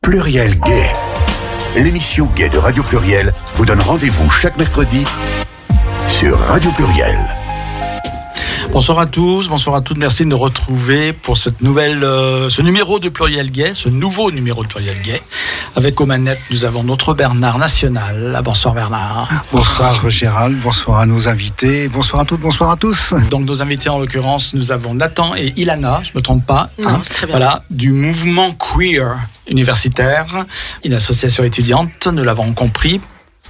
Pluriel Gay. L'émission Gay de Radio Pluriel vous donne rendez-vous chaque mercredi sur Radio Pluriel. Bonsoir à tous, bonsoir à toutes. Merci de nous retrouver pour ce numéro de Pluriel Gay, ce nouveau numéro de Pluriel Gay. Avec aux manettes, nous avons notre Bernard National. Bonsoir Bernard. Bonsoir Gérald, bonsoir à nos invités, bonsoir à toutes, bonsoir à tous. Donc nos invités en l'occurrence, nous avons Nathan et Ilana, je ne me trompe pas. Non, c'est très bien. Voilà, du mouvement queer universitaire, une association étudiante, nous l'avons compris,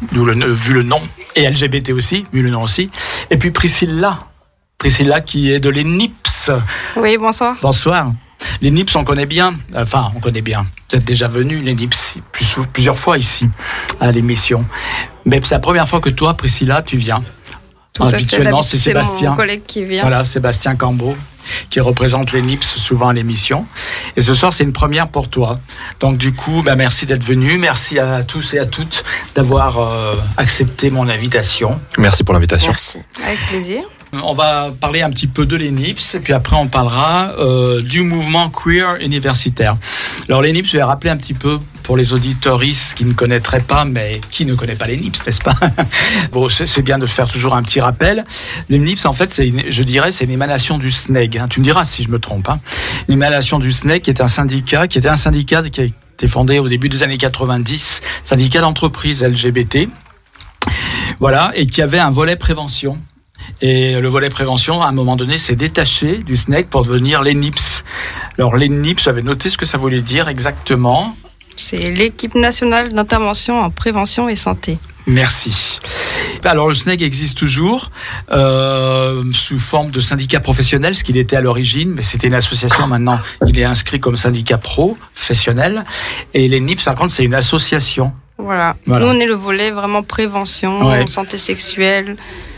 vu le nom, et LGBT aussi, vu le nom aussi. Et puis Priscilla qui est de l'ENIPS. Oui, bonsoir. Bonsoir. L'ENIPS, on connaît bien. Enfin, on connaît bien. Vous êtes déjà venu, l'ENIPS, plusieurs fois ici, à l'émission. Mais c'est la première fois que toi, Priscilla, tu viens. Tout à fait. Habituellement, c'est Sébastien. Mon collègue qui vient. Voilà, Sébastien Cambeau, qui représente l'ENIPS souvent à l'émission. Et ce soir, c'est une première pour toi. Donc du coup, merci d'être venu. Merci à tous et à toutes d'avoir accepté mon invitation. Merci pour l'invitation. Merci. Avec plaisir. On va parler un petit peu de l'ENIPS, et puis après on parlera du mouvement queer universitaire. Alors l'ENIPS, je vais rappeler un petit peu pour les auditeuristes qui ne connaîtraient pas, mais qui ne connaît pas l'ENIPS, n'est-ce pas? Bon, c'est bien de faire toujours un petit rappel. L'ENIPS, en fait, c'est une émanation du SNEG. Tu me diras si je me trompe. Une émanation du SNEG qui était un syndicat qui a été fondé au début des années 90, syndicat d'entreprises LGBT. Voilà, et qui avait un volet prévention. Et le volet prévention, à un moment donné, s'est détaché du SNEG pour devenir l'ENIPS. Alors l'ENIPS, j'avais noté ce que ça voulait dire exactement. C'est l'équipe nationale d'intervention en prévention et santé. Merci. Alors le SNEG existe toujours sous forme de syndicat professionnel, ce qu'il était à l'origine, mais c'était une association. Maintenant, il est inscrit comme syndicat professionnel. Et l'ENIPS, par contre, c'est une association. Voilà. Nous, on est le volet vraiment prévention, ouais. Santé sexuelle,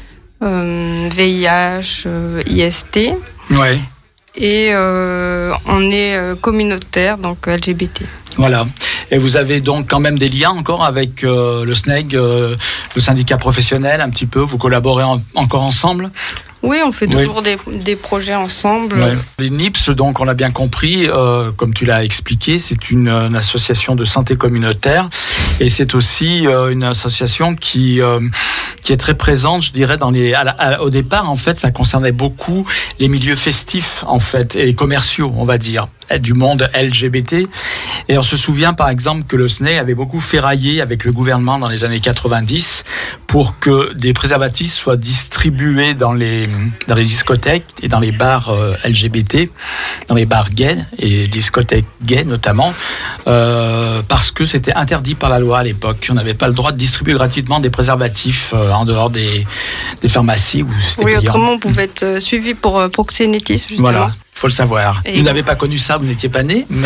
VIH, IST. Ouais. Et on est communautaire, donc LGBT. Voilà. Et vous avez donc quand même des liens encore avec le SNEG, le syndicat professionnel, un petit peu. Vous collaborez encore ensemble? Oui, on fait toujours des projets ensemble. Ouais. L'ENIPS, donc, on l'a bien compris, comme tu l'as expliqué, c'est une association de santé communautaire, et c'est aussi une association qui est très présente, je dirais, au départ, en fait, ça concernait beaucoup les milieux festifs, en fait, et commerciaux, on va dire, du monde LGBT. Et on se souvient, par exemple, que le SNEG avait beaucoup ferraillé avec le gouvernement dans les années 90 pour que des préservatifs soient distribués dans les discothèques et dans les bars LGBT, dans les bars gays et discothèques gays notamment, parce que c'était interdit par la loi à l'époque. On n'avait pas le droit de distribuer gratuitement des préservatifs en dehors des pharmacies. Où c'était payant. Autrement on pouvait être suivi pour proxénétisme, justement. Voilà. Faut le savoir. Et vous n'avez pas connu ça, vous n'étiez pas né, mais...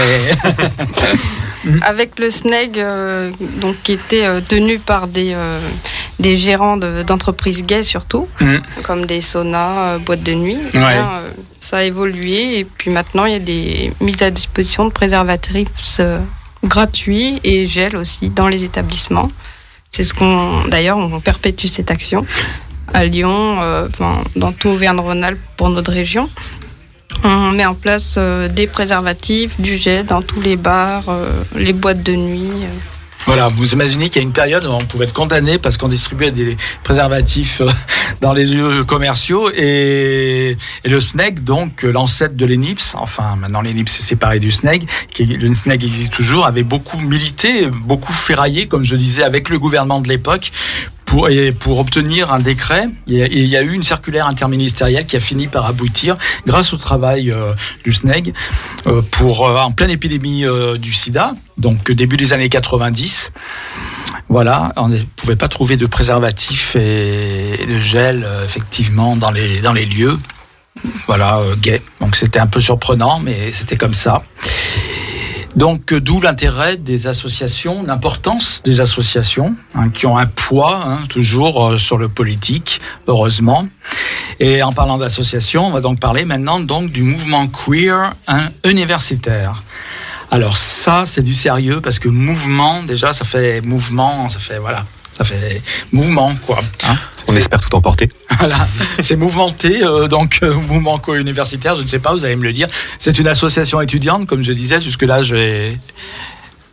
Avec le SNEG, donc, qui était tenu par des gérants d'entreprises gays surtout, comme des saunas, boîtes de nuit, ça a évolué, et puis maintenant il y a des mises à disposition de préservatifs gratuits et gel aussi dans les établissements. C'est d'ailleurs, on perpétue cette action à Lyon, dans tout Auvergne-Rhône-Alpes pour notre région. On met en place des préservatifs, du gel dans tous les bars, les boîtes de nuit. Voilà, vous imaginez qu'il y a une période où on pouvait être condamné parce qu'on distribuait des préservatifs dans les lieux commerciaux, et le SNEG, donc l'ancêtre de l'ENIPS, enfin maintenant l'ENIPS est séparé du SNEG, le SNEG existe toujours, avait beaucoup milité, beaucoup ferraillé, comme je disais, avec le gouvernement de l'époque, pour obtenir un décret. Il y a eu une circulaire interministérielle qui a fini par aboutir grâce au travail du SNEG en pleine épidémie du sida, donc début des années 90. Voilà, on ne pouvait pas trouver de préservatifs et de gel effectivement dans les lieux. Voilà, gays. Donc c'était un peu surprenant, mais c'était comme ça. Donc, d'où l'intérêt des associations, l'importance des associations, qui ont un poids toujours sur le politique, heureusement. Et en parlant d'associations, on va donc parler maintenant du mouvement queer universitaire. Alors ça, c'est du sérieux, parce que mouvement, déjà, ça fait mouvement, ça fait mouvement, quoi. On espère tout emporter. Voilà, c'est mouvementé, mouvement co-universitaire, je ne sais pas, vous allez me le dire. C'est une association étudiante, comme je disais, jusque-là, j'ai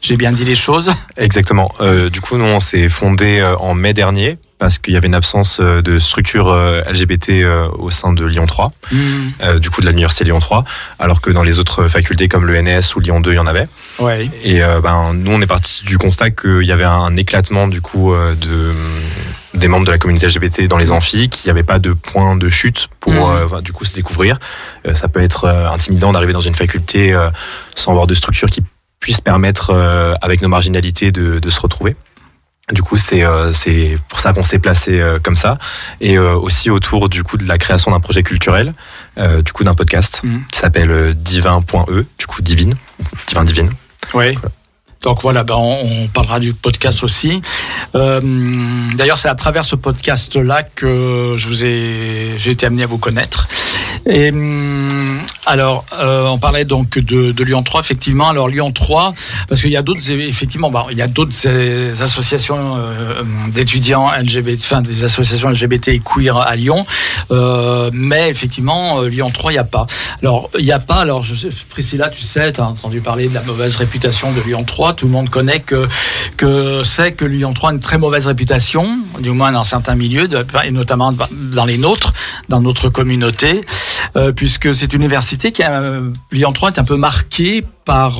J'ai bien dit les choses. Exactement. Du coup, nous, on s'est fondé en mai dernier parce qu'il y avait une absence de structure LGBT au sein de Lyon 3, du coup de l'université Lyon 3, alors que dans les autres facultés comme l'ENS ou Lyon 2, il y en avait. Ouais. Et nous, on est parti du constat qu'il y avait un éclatement du coup des membres de la communauté LGBT dans les amphis, qu'il n'y avait pas de point de chute pour du coup se découvrir. Ça peut être intimidant d'arriver dans une faculté sans avoir de structure qui puisse permettre, avec nos marginalités, de se retrouver. Du coup, c'est pour ça qu'on s'est placé comme ça, et aussi autour du coup de la création d'un projet culturel, du coup d'un podcast qui s'appelle Divin.e, du coup Divine. Oui. Voilà. Donc voilà, on parlera du podcast aussi. D'ailleurs, c'est à travers ce podcast-là que j'ai été amené à vous connaître. Et alors, on parlait donc de Lyon 3, effectivement. Alors Lyon 3, parce qu'il y a d'autres, effectivement, il y a d'autres associations d'étudiants LGBT, enfin des associations LGBT et queer à Lyon, mais effectivement, Lyon 3, il n'y a pas. Alors, il n'y a pas. Alors, Priscilla, tu sais, tu as entendu parler de la mauvaise réputation de Lyon 3. Tout le monde connaît que Lyon 3 a une très mauvaise réputation, du moins dans certains milieux, et notamment dans les nôtres, dans notre communauté, puisque c'est une université Lyon 3 est un peu marquée par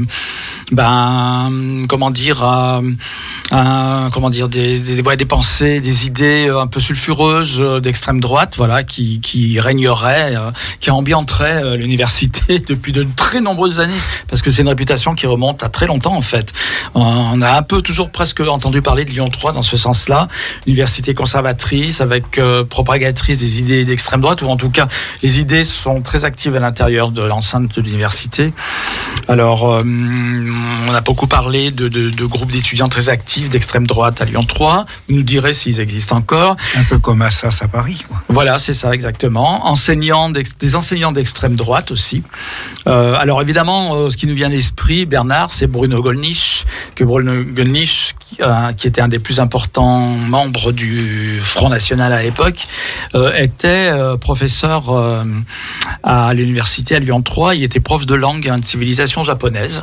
des pensées, des idées un peu sulfureuses d'extrême droite, voilà, qui régneraient, qui ambianteraient l'université depuis de très nombreuses années, parce que c'est une réputation qui remonte à très longtemps en fait. On a un peu toujours presque entendu parler de Lyon 3 dans ce sens-là, université conservatrice avec propagatrice des idées d'extrême droite, ou en tout cas les idées sont très actives à l'intérieur de l'enceinte de l'université. Alors on a beaucoup parlé de groupes d'étudiants très actifs d'extrême droite à Lyon 3. Vous nous direz s'ils existent encore. Un peu comme Assas à Paris, quoi. Voilà, c'est ça, exactement. Des enseignants d'extrême droite aussi. Alors évidemment, ce qui nous vient à l'esprit, Bernard, c'est Bruno Gollnisch, qui était un des plus importants membres du Front National à l'époque, était professeur à l'université à Lyon 3. Il était prof de langue et de civilisation japonaise.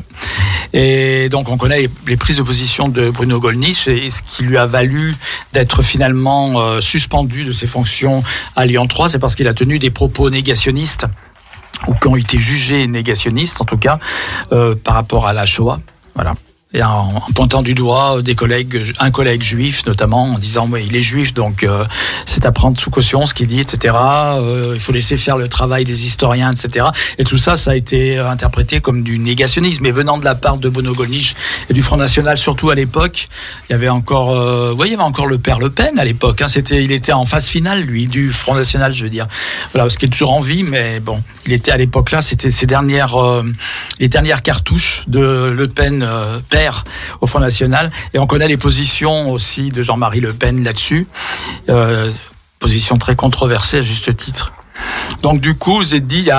Et donc on connaît les prises de position de Bruno Gollnisch, et ce qui lui a valu d'être finalement suspendu de ses fonctions à Lyon 3, c'est parce qu'il a tenu des propos négationnistes, ou qui ont été jugés négationnistes en tout cas, par rapport à la Shoah. Voilà. Et en pointant du doigt un collègue juif notamment, en disant il est juif, donc c'est à prendre sous caution ce qu'il dit, etc. Il faut laisser faire le travail des historiens, etc. Et tout ça, ça a été interprété comme du négationnisme. Et venant de la part de Bruno Gollnisch et du Front National, surtout à l'époque, il y avait encore le père Le Pen à l'époque. Hein, il était en phase finale, lui, du Front National, je veux dire. Voilà, parce qu'il est toujours en vie, mais bon, il était à l'époque là, c'était les dernières cartouches de Le Pen, père au Front National, et on connaît les positions aussi de Jean-Marie Le Pen là-dessus, position très controversée à juste titre. Donc du coup, vous êtes dit, il y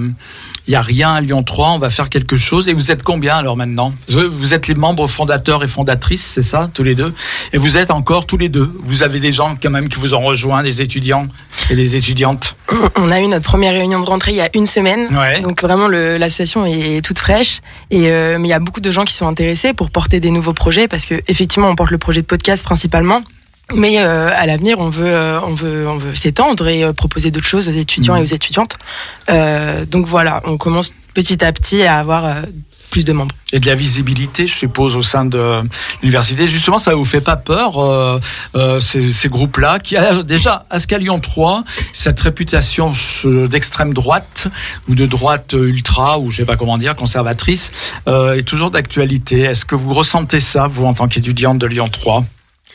a rien à Lyon 3, on va faire quelque chose. Et vous êtes combien alors maintenant ? Vous êtes les membres fondateurs et fondatrices, c'est ça, tous les deux ? Et vous êtes encore tous les deux ? Vous avez des gens quand même qui vous ont rejoint, des étudiants et des étudiantes ? On a eu notre première réunion de rentrée il y a une semaine, ouais. Donc vraiment l'association est toute fraîche, mais il y a beaucoup de gens qui sont intéressés pour porter des nouveaux projets, parce que effectivement on porte le projet de podcast principalement. Mais à l'avenir, on veut s'étendre et proposer d'autres choses aux étudiants et aux étudiantes. Donc voilà, on commence petit à petit à avoir plus de membres. Et de la visibilité, je suppose, au sein de l'université. Justement, ça vous fait pas peur, ces groupes-là, qui déjà, à ce qu'à Lyon 3, cette réputation d'extrême droite, ou de droite ultra, ou je sais pas comment dire, conservatrice, est toujours d'actualité. Est-ce que vous ressentez ça, vous, en tant qu'étudiante de Lyon 3 ?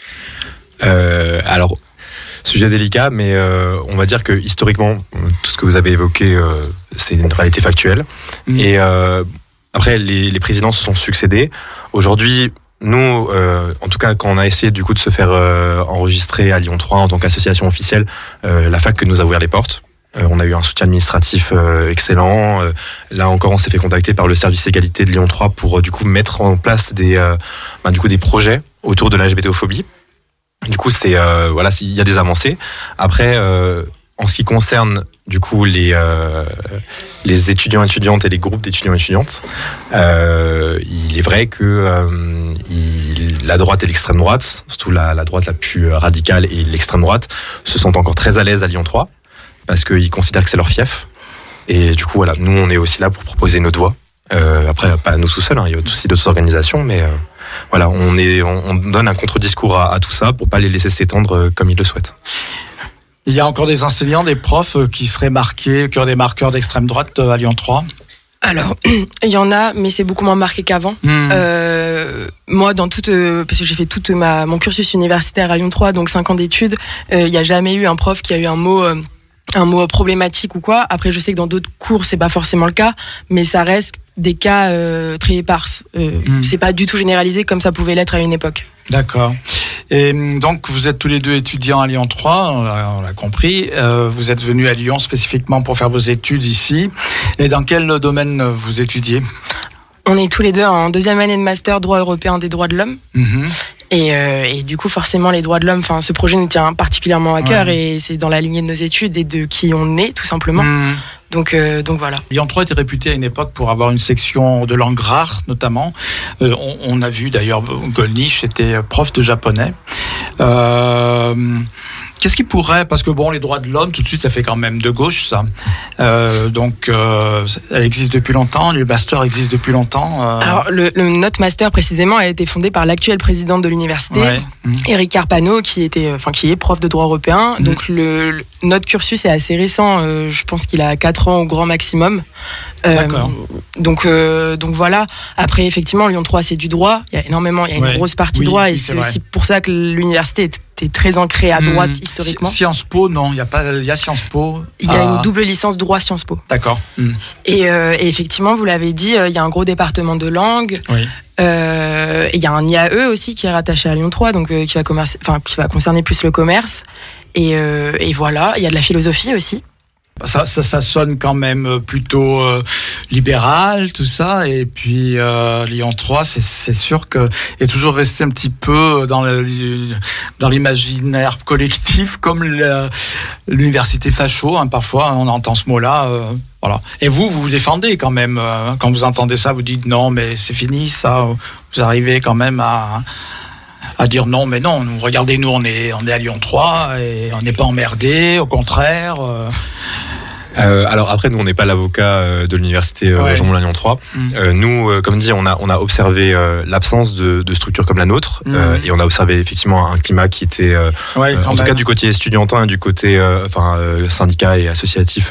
Alors, sujet délicat, mais on va dire que historiquement, tout ce que vous avez évoqué, c'est une réalité factuelle. Et après, les présidents se sont succédés. Aujourd'hui, nous, en tout cas, quand on a essayé du coup de se faire enregistrer à Lyon 3 en tant qu'association officielle, la fac nous a ouvert les portes. On a eu un soutien administratif excellent. Là encore, on s'est fait contacter par le service égalité de Lyon 3 pour du coup mettre en place des projets autour de la LGBTophobie. Du coup, il y a des avancées. Après, en ce qui concerne du coup les étudiants étudiantes et les groupes d'étudiants étudiantes, il est vrai que la droite et l'extrême droite, surtout la droite la plus radicale et l'extrême droite, se sont encore très à l'aise à Lyon 3 parce qu'ils considèrent que c'est leur fief. Et du coup, voilà, nous on est aussi là pour proposer notre voix. Après, pas nous tout seuls, il y a aussi d'autres organisations, mais voilà, on donne un contre-discours à tout ça pour pas les laisser s'étendre comme ils le souhaitent. Il y a encore des enseignants, des profs qui seraient marqués, qui ont des marqueurs d'extrême droite à Lyon 3 ? Alors, il y en a, mais c'est beaucoup moins marqué qu'avant. Moi, parce que j'ai fait mon cursus universitaire à Lyon 3, donc 5 ans d'études, il n'y a jamais eu un prof qui a eu un mot problématique ou quoi. Après, je sais que dans d'autres cours, c'est pas forcément le cas, mais ça reste des cas très éparses. C'est pas du tout généralisé comme ça pouvait l'être à une époque. D'accord. Et donc, vous êtes tous les deux étudiants à Lyon 3, on l'a compris. Vous êtes venus à Lyon spécifiquement pour faire vos études ici. Et dans quel domaine vous étudiez ? On est tous les deux en 2e année de master droit européen des droits de l'homme. Et du coup, forcément, les droits de l'homme, ce projet nous tient particulièrement à cœur et c'est dans la lignée de nos études et de qui on est, tout simplement. Donc voilà. Lyon 3 était réputé à une époque pour avoir une section de langue rare, notamment. On a vu d'ailleurs Gollnisch était prof de japonais. Qu'est-ce qui pourrait, parce que les droits de l'homme, tout de suite, ça fait quand même de gauche, ça. Donc, elle existe depuis longtemps, le master existe depuis longtemps. Alors, notre master, précisément, a été fondé par l'actuel président de l'université, Éric Carpano, qui est prof de droit européen. Donc, notre cursus est assez récent, je pense qu'il a 4 ans au grand maximum. D'accord. Donc voilà. Après, effectivement, Lyon 3, c'est du droit. Il y a une grosse partie droit, et c'est aussi pour ça que l'université était très ancrée à droite historiquement. Sciences Po, non, il y a Sciences Po. Il y a une double licence droit Sciences Po. D'accord. Et effectivement, vous l'avez dit, il y a un gros département de langue. Oui. Et il y a un IAE aussi qui est rattaché à Lyon 3, donc qui va concerner plus le commerce. Et voilà, il y a de la philosophie aussi. Ça sonne quand même plutôt libéral, tout ça. Et puis Lyon 3, c'est sûr que est toujours resté un petit peu dans l'imaginaire collectif, comme l'université facho. Parfois, on entend ce mot-là. Voilà. Et vous défendez quand même. Quand vous entendez ça, vous dites non, mais c'est fini, ça. Vous arrivez quand même à dire non, mais non. Regardez, nous, on est à Lyon 3 et on n'est pas emmerdés, au contraire. Alors après, nous, on n'est pas l'avocat de l'université Jean Moulin Lyon 3. Nous, comme dit, on a observé l'absence de structures comme la nôtre et on a observé effectivement un climat qui était, en tout cas du côté estudiantin et du côté syndicat et associatif,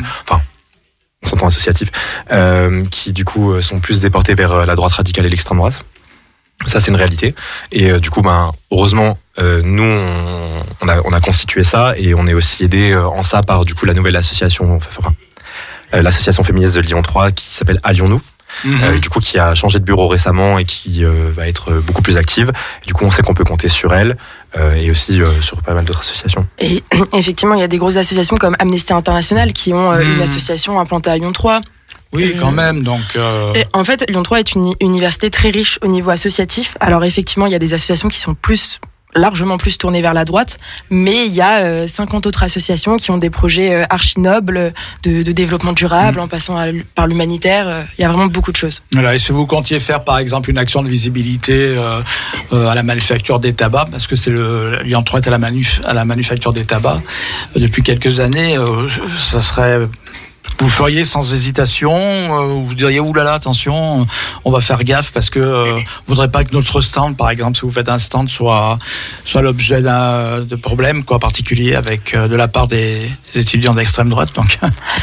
on s'entend associatif, qui du coup sont plus déportés vers la droite radicale et l'extrême droite. Ça, c'est une réalité. Et du coup, heureusement, nous, on a constitué ça et on est aussi aidé en ça par du coup la nouvelle association, l'association féministe de Lyon 3 qui s'appelle Allions-nous. Du coup, qui a changé de bureau récemment et qui va être beaucoup plus active. Et du coup, on sait qu'on peut compter sur elle et aussi sur pas mal d'autres associations. Et effectivement, il y a des grosses associations comme Amnesty International qui ont une association implantée à Lyon 3. Oui, quand même. Donc, en fait, Lyon 3 est une université très riche au niveau associatif. Alors effectivement, il y a des associations qui sont largement plus tournées vers la droite, mais il y a 50 autres associations qui ont des projets archi nobles de développement durable, en passant par l'humanitaire. Il y a vraiment beaucoup de choses. Voilà, et si vous comptiez faire par exemple une action de visibilité à la manufacture des tabacs, parce que Lyon 3 est à la manufacture des tabacs depuis quelques années, ça serait... Vous le feriez sans hésitation, vous diriez oulala, attention, on va faire gaffe parce que on voudrait pas que notre stand, par exemple, si vous faites un stand, soit l'objet de problèmes particuliers avec de la part des étudiants d'extrême droite. Donc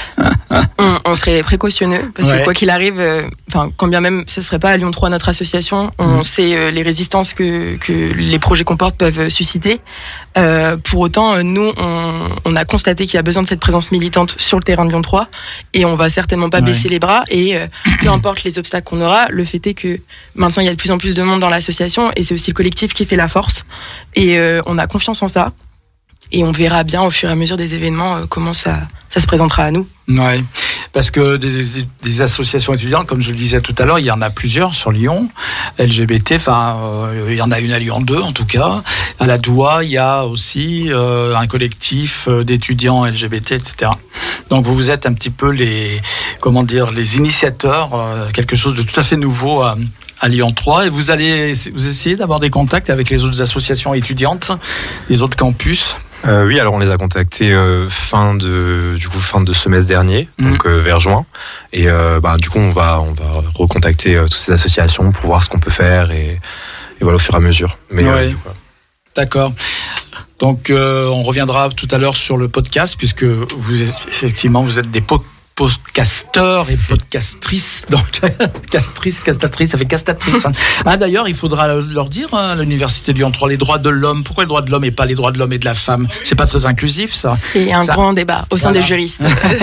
on serait précautionneux parce que quoi qu'il arrive, quand bien même ce serait pas à Lyon 3 notre association, on sait les résistances que les projets qu'on porte peuvent susciter. Pour autant, nous, on a constaté qu'il y a besoin de cette présence militante sur le terrain de Lyon 3 et on va certainement pas baisser les bras et peu importe les obstacles qu'on aura, le fait est que maintenant il y a de plus en plus de monde dans l'association et c'est aussi le collectif qui fait la force et on a confiance en ça et on verra bien au fur et à mesure des événements comment ça se présentera à nous. Ouais. parce que des associations étudiantes, comme je le disais tout à l'heure, il y en a plusieurs sur Lyon, LGBT, il y en a une à Lyon 2 en tout cas. À la Doua, il y a aussi un collectif d'étudiants LGBT, etc. Donc vous êtes un petit peu les initiateurs, quelque chose de tout à fait nouveau à Lyon 3, et vous essayez d'avoir des contacts avec les autres associations étudiantes, les autres campus. Oui, alors on les a contactés fin de semestre dernier, donc vers juin, et du coup on va recontacter toutes ces associations pour voir ce qu'on peut faire et voilà au fur et à mesure. Mais d'accord. Donc on reviendra tout à l'heure sur le podcast, puisque vous êtes des podcasteurs et podcastrices, donc castatrice, ça fait castatrice. D'ailleurs, il faudra leur dire à l'université de Lyon 3, les droits de l'homme. Pourquoi les droits de l'homme et pas les droits de l'homme et de la femme? C'est pas très inclusif, ça. C'est un grand débat au sein des juristes.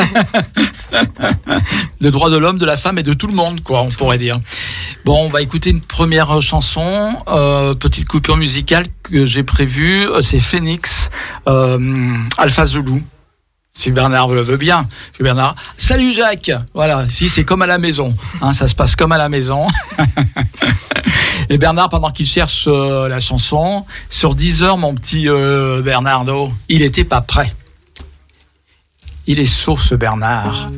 Le droit de l'homme, de la femme et de tout le monde, quoi, on pourrait dire. Bon, on va écouter une première chanson, petite coupure musicale que j'ai prévue. C'est Phoenix, Alpha Zulu. Si Bernard le veut bien. Bernard, salut Jacques. Voilà, si c'est comme à la maison, ça se passe comme à la maison. Et Bernard, pendant qu'il cherche la chanson, sur Deezer, mon petit Bernardo, il était pas prêt. Il est sourd, ce Bernard.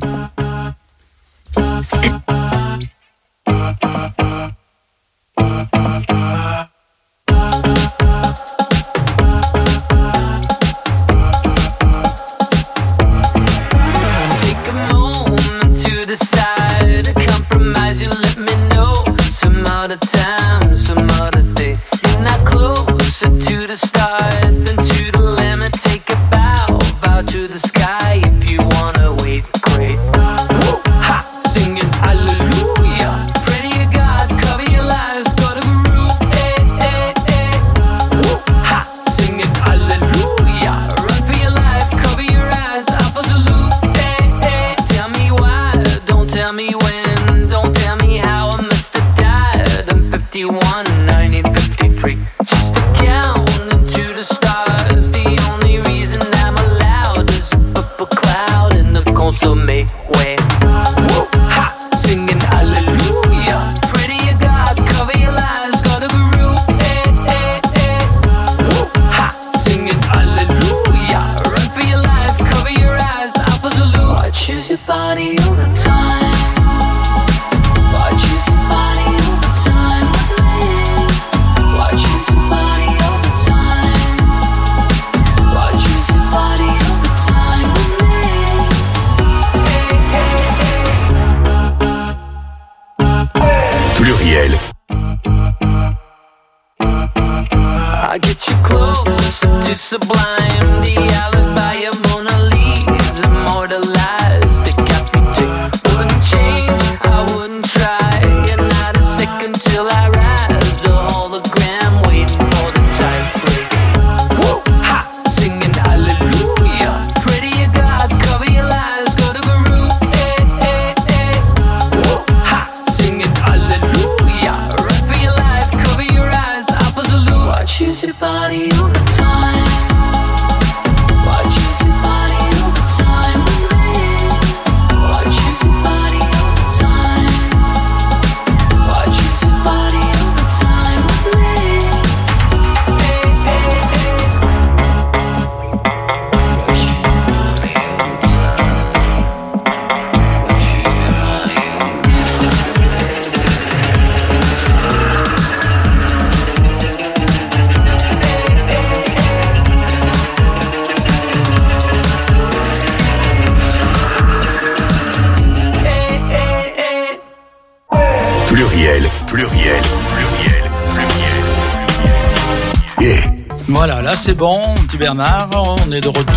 Voilà, là c'est bon, petit Bernard, on est de retour.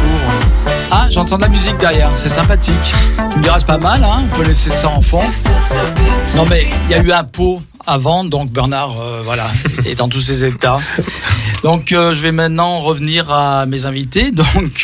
Ah, j'entends de la musique derrière, c'est sympathique. Tu me diras, c'est pas mal, on peut laisser ça en fond. Non mais, il y a eu un pot avant, donc Bernard, est dans tous ses états. Donc, je vais maintenant revenir à mes invités. Donc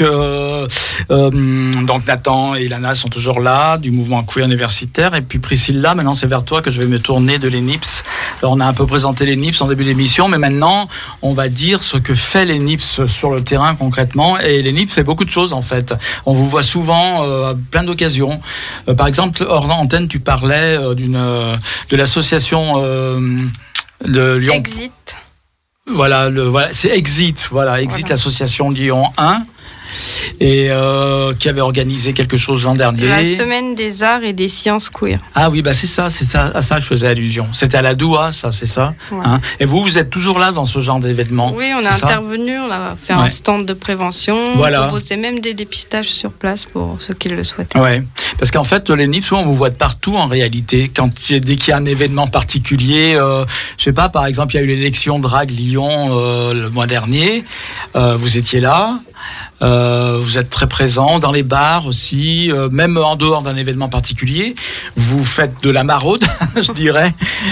Nathan et Ilana sont toujours là, du mouvement queer universitaire. Et puis Priscilla, maintenant c'est vers toi que je vais me tourner de l'ENIPS. Alors, on a un peu présenté l'ENIPS en début d'émission, mais maintenant, on va dire ce que fait l'ENIPS sur le terrain concrètement. Et l'ENIPS fait beaucoup de choses, en fait. On vous voit souvent à plein d'occasions. Par exemple, hors antenne, tu parlais de l'association de Lyon. Exit. Voilà, c'est Exit, Exit, l'association Lyon 1, et qui avait organisé quelque chose l'an dernier. La semaine des arts et des sciences queer. Ah oui, c'est ça, à ça que je faisais allusion. C'était à la Doua, ça, c'est ça. Ouais. Hein, et vous êtes toujours là dans ce genre d'événement? Oui, on est intervenu, on a fait un stand de prévention. Voilà. On proposait même des dépistages sur place pour ceux qui le souhaitaient. Ouais, parce qu'en fait, l'ENIPS, souvent, on vous voit de partout en réalité. Dès qu'il y a un événement particulier, je sais pas, par exemple, il y a eu l'élection Drag Lyon le mois dernier. Vous étiez là. Vous êtes très présent dans les bars aussi, même en dehors d'un événement particulier. Vous faites de la maraude, je dirais.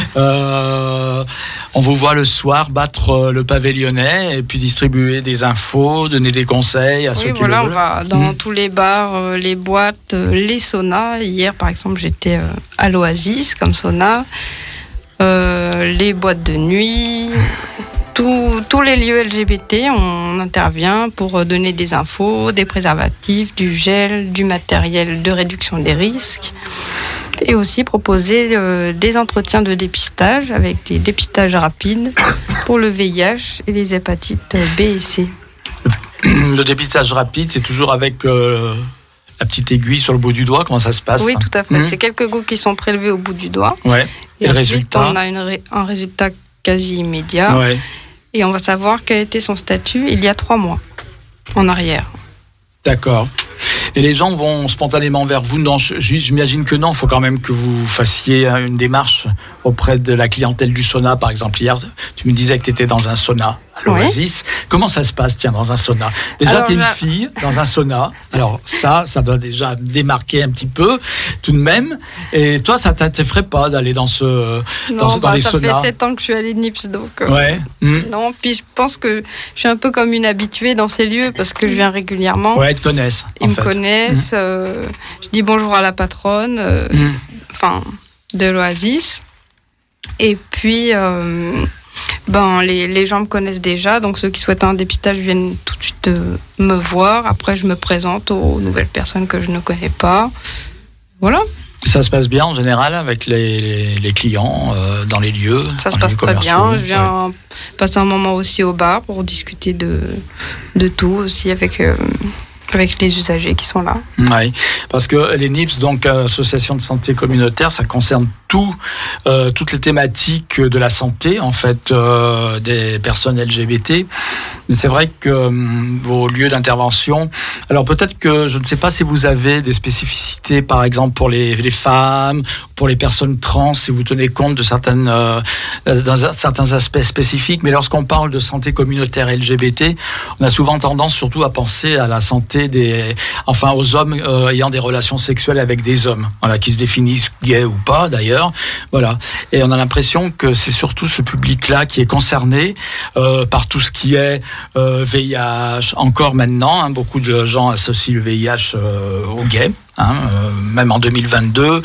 On vous voit le soir battre le pavé lyonnais et puis distribuer des infos, donner des conseils à ceux qui le veulent. On va dans tous les bars, les boîtes, les saunas. Hier, par exemple, j'étais à l'Oasis comme sauna. Les boîtes de nuit. Tous les lieux LGBT, on intervient pour donner des infos, des préservatifs, du gel, du matériel de réduction des risques et aussi proposer des entretiens de dépistage avec des dépistages rapides pour le VIH et les hépatites B et C. Le dépistage rapide, c'est toujours avec la petite aiguille sur le bout du doigt, comment ça se passe? Oui, tout à fait. C'est quelques gouttes qui sont prélevées au bout du doigt. Ouais. Et ensuite, résultat, on a un résultat quasi immédiat. Ouais. Et on va savoir quel était son statut il y a 3 mois en arrière. D'accord. Et les gens vont spontanément vers vous? Non, j'imagine que non. Il faut quand même que vous fassiez une démarche auprès de la clientèle du sauna. Par exemple, hier, tu me disais que tu étais dans un sauna à l'Oasis. Oui. Comment ça se passe, tiens, dans un sauna? Déjà, tu es une fille dans un sauna. Alors ça doit déjà démarquer un petit peu, tout de même. Et toi, ça ne t'effraie pas d'aller dans dans les saunas? Ça fait 7 ans que je suis à l'ENIPS, donc... Non, puis je pense que je suis un peu comme une habituée dans ces lieux, parce que je viens régulièrement. Ouais, ils te connaissent. Ils me connaissent. Je dis bonjour à la patronne, de l'Oasis. Et puis... les gens me connaissent déjà, donc ceux qui souhaitent un dépistage viennent tout de suite me voir. Après, je me présente aux nouvelles personnes que je ne connais pas. Voilà. Ça se passe bien en général avec les clients dans les lieux? Ça se passe très bien. Je viens passer un moment aussi au bar pour discuter de tout aussi avec les usagers qui sont là. Oui, parce que l'ENIPS, donc Association de santé communautaire, ça concerne toutes les thématiques de la santé, en fait, des personnes LGBT. Mais c'est vrai que vos lieux d'intervention... Alors peut-être que, je ne sais pas si vous avez des spécificités, par exemple, pour les femmes, pour les personnes trans, si vous tenez compte de certains aspects spécifiques, mais lorsqu'on parle de santé communautaire LGBT, on a souvent tendance surtout à penser à la santé aux hommes ayant des relations sexuelles avec des hommes, qui se définissent gays ou pas d'ailleurs, voilà. Et on a l'impression que c'est surtout ce public-là qui est concerné par tout ce qui est VIH. Encore maintenant, beaucoup de gens associent le VIH aux gays. Même en 2022,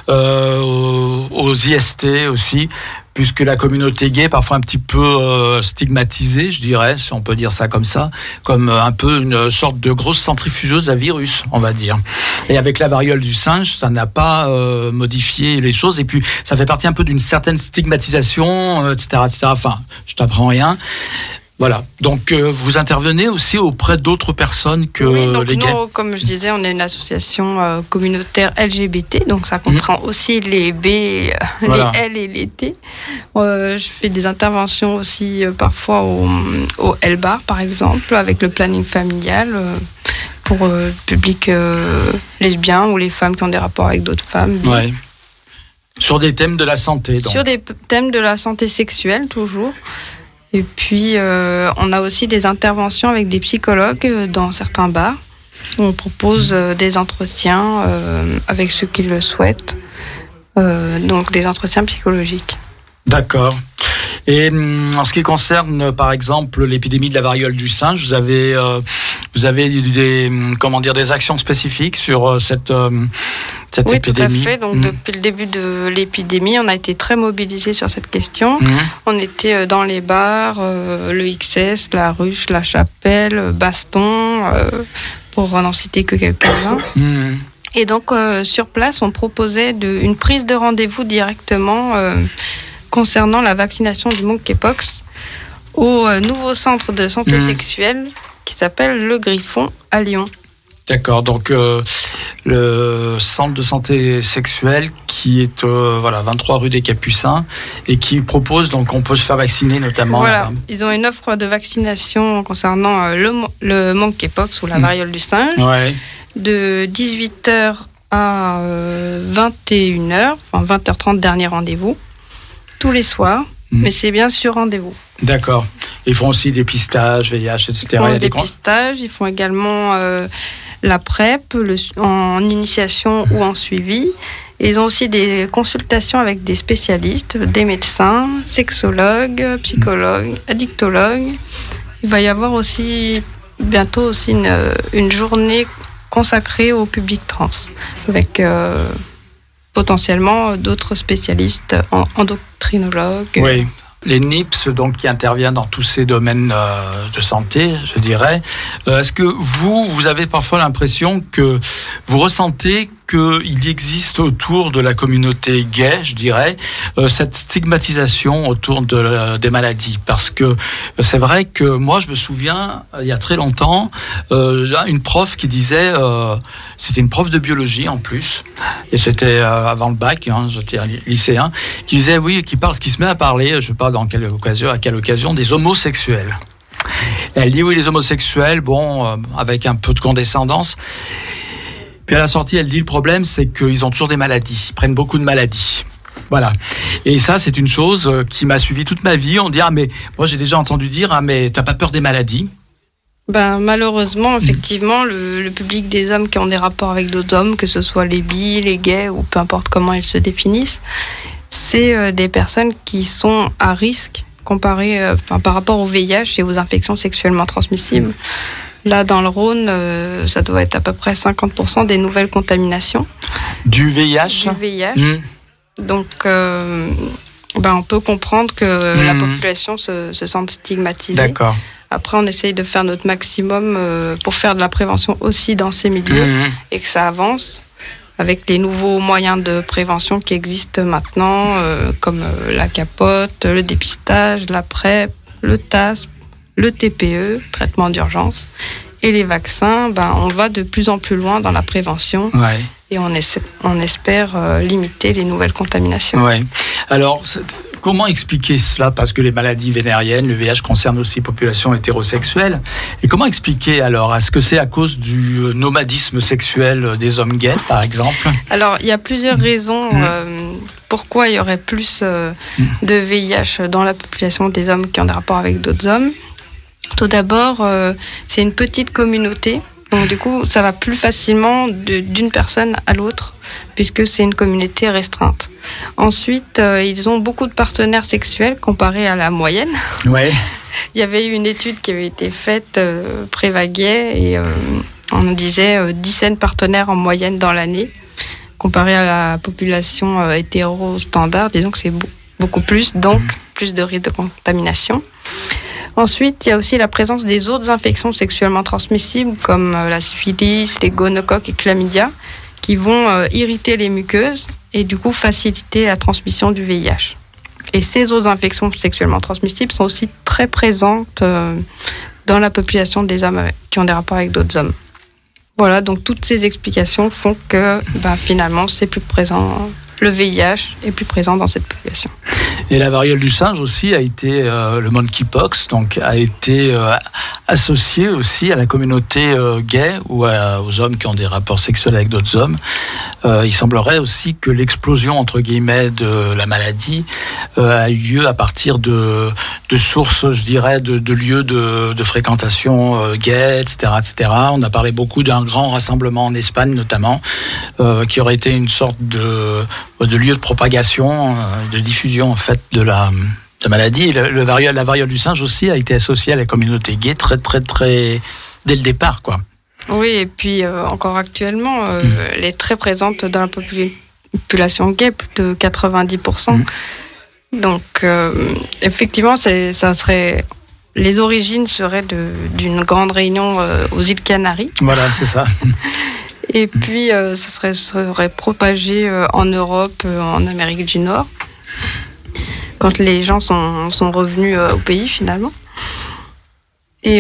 aux IST aussi, puisque la communauté gay est parfois un petit peu stigmatisée, je dirais, si on peut dire ça comme ça, comme un peu une sorte de grosse centrifugeuse à virus, on va dire. Et avec la variole du singe, ça n'a pas modifié les choses, et puis ça fait partie un peu d'une certaine stigmatisation, etc., etc. Enfin, je t'apprends rien. Voilà. Donc, vous intervenez aussi auprès d'autres personnes que les gays? Nous, comme je disais, on est une association communautaire LGBT, donc ça comprend aussi les B, les L et les T. Je fais des interventions aussi parfois au L-Bar, par exemple, avec le planning familial pour le public lesbien ou les femmes qui ont des rapports avec d'autres femmes. Ouais. Sur des thèmes de la santé, donc. Sur des thèmes de la santé sexuelle, toujours. Et puis, on a aussi des interventions avec des psychologues dans certains bars, où on propose des entretiens avec ceux qui le souhaitent, donc des entretiens psychologiques. D'accord. Et en ce qui concerne, par exemple, l'épidémie de la variole du singe, vous avez des actions spécifiques sur cette oui, épidémie. Oui, tout à fait. Donc, depuis le début de l'épidémie, on a été très mobilisés sur cette question. On était dans les bars, le XS, la Ruche, la Chapelle, Baston, pour n'en citer que quelques-uns. Et donc, sur place, on proposait une prise de rendez-vous directement concernant la vaccination du monkeypox au nouveau centre de santé sexuelle qui s'appelle le Griffon à Lyon. D'accord, donc le centre de santé sexuelle qui est 23 rue des Capucins et qui propose, donc on peut se faire vacciner notamment. Voilà, ils ont une offre de vaccination concernant le monkeypox ou la variole du singe de 18h à 21h, enfin 20h30 dernier rendez-vous, tous les soirs, mais c'est bien sur rendez-vous. D'accord. Ils font aussi des dépistages, VIH, etc. Ils font des dépistages, ils font également la PrEP en initiation ou en suivi. Et ils ont aussi des consultations avec des spécialistes, des médecins, sexologues, psychologues, addictologues. Il va y avoir aussi bientôt aussi une journée consacrée au public trans, avec potentiellement d'autres spécialistes, endocrinologues. Oui. Les NIPS, donc, qui interviennent dans tous ces domaines de santé, je dirais. Est-ce que vous avez parfois l'impression que vous ressentez qu'il existe autour de la communauté gay, je dirais, cette stigmatisation autour des maladies? Parce que c'est vrai que moi, je me souviens, il y a très longtemps, une prof qui disait, c'était une prof de biologie en plus, et c'était avant le bac, j'étais un lycéen, qui disait, qui se met à parler, je ne sais pas à quelle occasion, des homosexuels. Et elle dit, oui, les homosexuels, avec un peu de condescendance. Puis à la sortie, elle dit, le problème, c'est qu'ils ont toujours des maladies. Ils prennent beaucoup de maladies. Voilà. Et ça, c'est une chose qui m'a suivi toute ma vie. On dit, mais moi, j'ai déjà entendu dire, mais t'as pas peur des maladies? Malheureusement, effectivement, le public des hommes qui ont des rapports avec d'autres hommes, que ce soit les bi, les gays, ou peu importe comment ils se définissent, c'est des personnes qui sont à risque comparé par rapport au VIH et aux infections sexuellement transmissibles. Là, dans le Rhône, ça doit être à peu près 50% des nouvelles contaminations. Du VIH ? Du VIH. Donc, on peut comprendre que la population se sente stigmatisée. D'accord. Après, on essaye de faire notre maximum pour faire de la prévention aussi dans ces milieux et que ça avance avec les nouveaux moyens de prévention qui existent maintenant, comme la capote, le dépistage, la PrEP, le TASP, le TPE, traitement d'urgence, et les vaccins. On va de plus en plus loin dans la prévention et on espère limiter les nouvelles contaminations. Ouais. Alors, comment expliquer cela? Parce que les maladies vénériennes, le VIH concerne aussi les populations hétérosexuelles. Et comment expliquer alors? Est-ce que c'est à cause du nomadisme sexuel des hommes gays, par exemple? Alors, il y a plusieurs raisons pourquoi il y aurait plus de VIH dans la population des hommes qui ont des rapports avec d'autres hommes. Tout d'abord, c'est une petite communauté. Donc du coup, ça va plus facilement d'une personne à l'autre, puisque c'est une communauté restreinte. Ensuite, ils ont beaucoup de partenaires sexuels comparé à la moyenne. Ouais. Il y avait eu une étude qui avait été faite Prévaguet et on disait 17 partenaires en moyenne dans l'année, comparé à la population hétéro standard. Disons que c'est beaucoup plus, donc plus de risque de contamination. Ensuite, il y a aussi la présence des autres infections sexuellement transmissibles comme la syphilis, les gonocoques et chlamydia qui vont irriter les muqueuses et du coup faciliter la transmission du VIH. Et ces autres infections sexuellement transmissibles sont aussi très présentes dans la population des hommes qui ont des rapports avec d'autres hommes. Voilà, donc toutes ces explications font que finalement c'est plus présent. Le VIH est plus présent dans cette population. Et la variole du singe aussi a été, le monkeypox, donc a été associé aussi à la communauté gay ou aux hommes qui ont des rapports sexuels avec d'autres hommes. Il semblerait aussi que l'explosion, entre guillemets, de la maladie a eu lieu à partir de sources, je dirais, de lieux de fréquentation gay, etc., etc. On a parlé beaucoup d'un grand rassemblement en Espagne, notamment, qui aurait été une sorte de de lieu de propagation, de diffusion en fait de la maladie. La variole du singe aussi a été associée à la communauté gay très dès le départ, quoi. Oui, et puis encore actuellement, elle est très présente dans la population gay, plus de 90%. Donc effectivement, les origines seraient d'une grande réunion aux îles Canaries. Voilà, c'est ça. Et puis ça serait propagé en Europe, en Amérique du Nord, quand les gens sont revenus au pays finalement. Et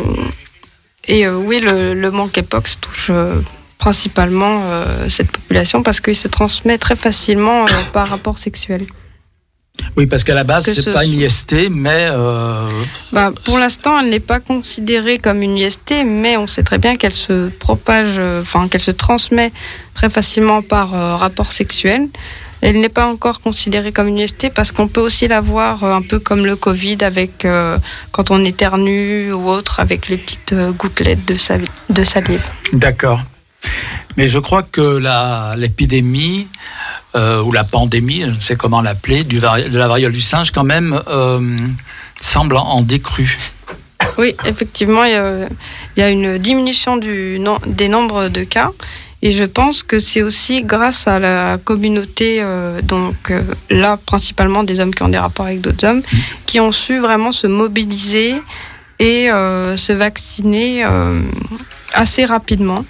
oui, le monkeypox touche principalement cette population parce qu'il se transmet très facilement par rapport sexuel. Oui, parce qu'à la base, c'est pas une IST, mais... pour l'instant, elle n'est pas considérée comme une IST, mais on sait très bien qu'elle se propage, qu'elle se transmet très facilement par rapport sexuel. Elle n'est pas encore considérée comme une IST parce qu'on peut aussi la voir un peu comme le Covid, avec quand on éternue ou autre, avec les petites gouttelettes de salive. D'accord. Mais je crois que l'épidémie... ou la pandémie, je ne sais comment l'appeler, de la variole du singe, quand même, semble en décrue. Oui, effectivement, il y a une diminution des nombres de cas. Et je pense que c'est aussi grâce à la communauté, là, principalement des hommes qui ont des rapports avec d'autres hommes, qui ont su vraiment se mobiliser et se vacciner assez rapidement.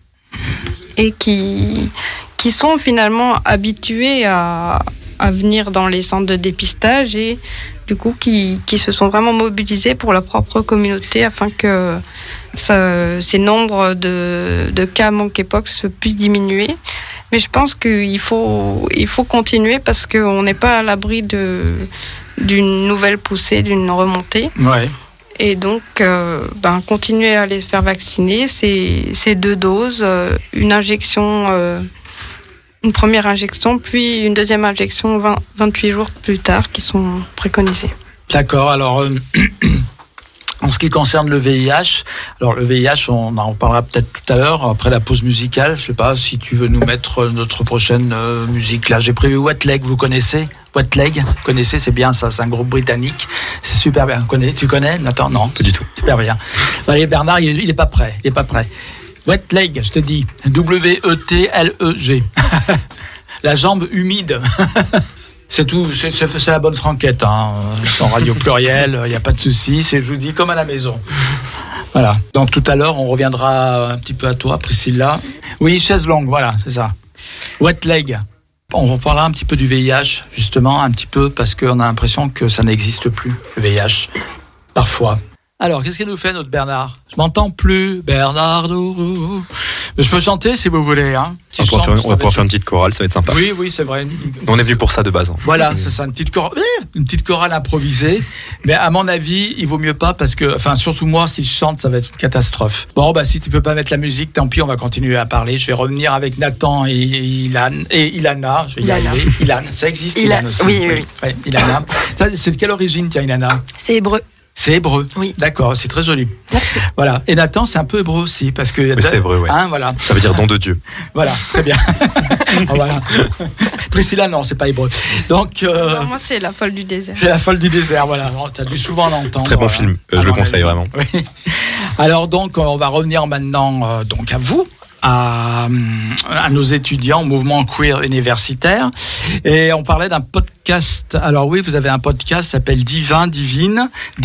Et qui sont finalement habitués à venir dans les centres de dépistage et du coup qui se sont vraiment mobilisés pour leur propre communauté afin que ces nombres de cas monkeypox puissent diminuer. Mais je pense qu'il faut continuer parce qu'on n'est pas à l'abri d'une nouvelle poussée, d'une remontée. Ouais. Et donc, continuer à les faire vacciner, c'est 2 doses, une injection, une première injection, puis une deuxième injection 28 jours plus tard qui sont préconisées. D'accord, alors en ce qui concerne le VIH, alors le VIH, on en parlera peut-être tout à l'heure, après la pause musicale. Je ne sais pas si tu veux nous mettre notre prochaine musique. Là, j'ai prévu Wet Leg, vous connaissez ? Wet Leg, vous connaissez, c'est bien ça, c'est un groupe britannique. C'est super bien. Tu connais, Nathan ? Non, pas du tout. Super bien. Allez, Bernard, il n'est pas prêt. Wet Leg, je te dis. W-E-T-L-E-G. La jambe humide. C'est tout, c'est la bonne franquette, hein. Sans Radio Pluriel, il n'y a pas de souci, je vous dis comme à la maison. Voilà. Donc tout à l'heure, on reviendra un petit peu à toi, Priscilla. Oui, chaise longue, voilà, c'est ça. Wet Leg. On parlera un petit peu du VIH, justement, un petit peu, parce qu'on a l'impression que ça n'existe plus, le VIH, parfois. Alors, qu'est-ce qu'il nous fait, notre Bernard ? Je m'entends plus, Bernardo. Je peux chanter si vous voulez. Hein. On va pouvoir faire une petite chorale, ça va être sympa. Oui, c'est vrai. On est venu pour ça de base. Hein. Voilà, c'est ça, une petite chorale improvisée. Mais à mon avis, il vaut mieux pas parce que, surtout moi, si je chante, ça va être une catastrophe. Bon, si tu peux pas mettre la musique, tant pis, on va continuer à parler. Je vais revenir avec Nathan et Ilana. Je vais y arriver. Ilana, ça existe, Ilana aussi. Oui. Ilana. Ça, c'est de quelle origine, tiens, Ilana ? C'est hébreu. C'est hébreu. Oui. D'accord, c'est très joli. Merci. Voilà. Et Nathan, c'est un peu hébreu aussi, parce que. Oui, c'est hébreu, oui. Hein, voilà. Ça veut dire don de Dieu. Voilà, très bien. Voilà. Priscilla, non, c'est pas hébreu. Donc. Moi, c'est La Folle du désert. C'est La Folle du désert, voilà. Tu as dû souvent l'entendre. Très bon film. Je le conseille vraiment. Oui. Alors donc, on va revenir maintenant à vous. À nos étudiants au mouvement queer universitaire. Et on parlait d'un podcast. Alors oui, vous avez un podcast qui s'appelle Divin.e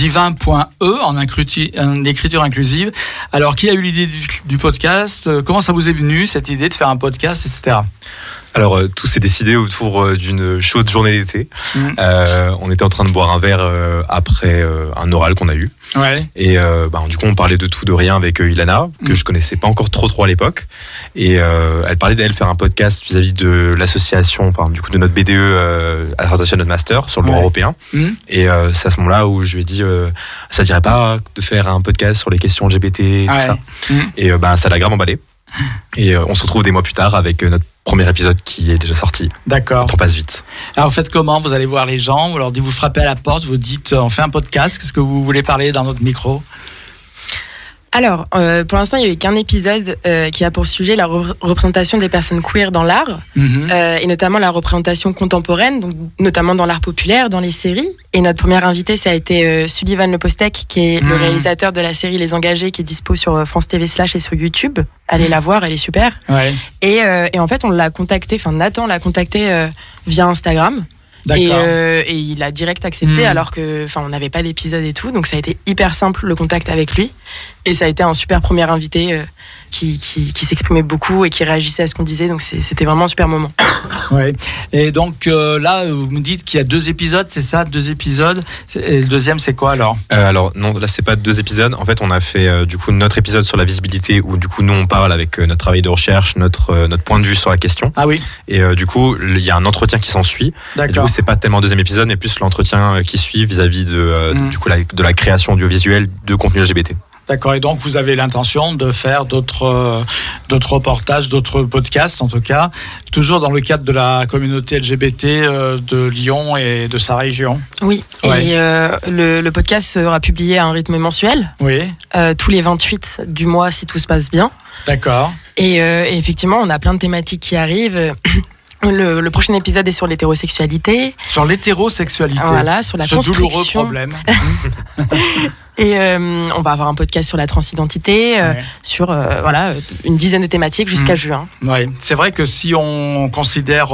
en écriture inclusive. Alors, qui a eu l'idée du podcast ? Comment ça vous est venu, cette idée de faire un podcast, etc. Alors, tout s'est décidé autour d'une chaude journée d'été. On était en train de boire un verre après un oral qu'on a eu. Ouais. Et du coup, on parlait de tout, de rien avec Ilana, que je connaissais pas encore trop à l'époque. Et elle parlait d'elle faire un podcast vis-à-vis de l'association, de notre BDE à rattaché à notre master sur le droit européen. Et c'est à ce moment-là où je lui ai dit, ça dirait pas de faire un podcast sur les questions LGBT et tout ça. Et ça l'a grave emballé. Et on se retrouve des mois plus tard avec notre premier épisode qui est déjà sorti. D'accord. Le temps passe vite. Alors, vous faites comment ? Vous allez voir les gens, vous leur dites, vous frappez à la porte, vous dites, on fait un podcast, qu'est-ce que vous voulez parler dans notre micro ? Alors, pour l'instant, il n'y a eu qu'un épisode qui a pour sujet la représentation des personnes queer dans l'art, et notamment la représentation contemporaine, donc notamment dans l'art populaire, dans les séries. Et notre première invité, ça a été Sullivan Lepostec, qui est le réalisateur de la série Les Engagés, qui est dispo sur France TV / et sur YouTube. Allez la voir, elle est super. Ouais. Et en fait, on l'a contacté, Nathan l'a contacté via Instagram. Et il a direct accepté alors que on n'avait pas d'épisode et tout, donc ça a été hyper simple le contact avec lui, et ça a été un super premier invité qui s'exprimait beaucoup et qui réagissait à ce qu'on disait, donc c'était vraiment un super moment. Ouais. Et donc là vous me dites qu'il y a 2 épisodes, c'est ça, 2 épisodes, et le deuxième c'est quoi alors? Alors non, là c'est pas 2 épisodes, en fait on a fait du coup notre épisode sur la visibilité où du coup nous on parle avec notre travail de recherche, notre point de vue sur la question. Ah oui. Et du coup il y a un entretien qui s'ensuit. D'accord. Et du coup c'est pas tellement le 2e épisode, mais plus l'entretien qui suit vis-à-vis du coup de la création audiovisuelle de contenu LGBT. D'accord, et donc vous avez l'intention de faire d'autres reportages, d'autres podcasts en tout cas, toujours dans le cadre de la communauté LGBT de Lyon et de sa région. Oui, ouais. Et le podcast sera publié à un rythme mensuel, oui. Tous les 28 du mois si tout se passe bien. D'accord. Et effectivement, on a plein de thématiques qui arrivent. Le prochain épisode est sur l'hétérosexualité. Sur l'hétérosexualité. Voilà, sur la construction. Ce douloureux problème. Et on va avoir un podcast sur la transidentité, sur une dizaine de thématiques jusqu'à juin. Ouais, c'est vrai que si on considère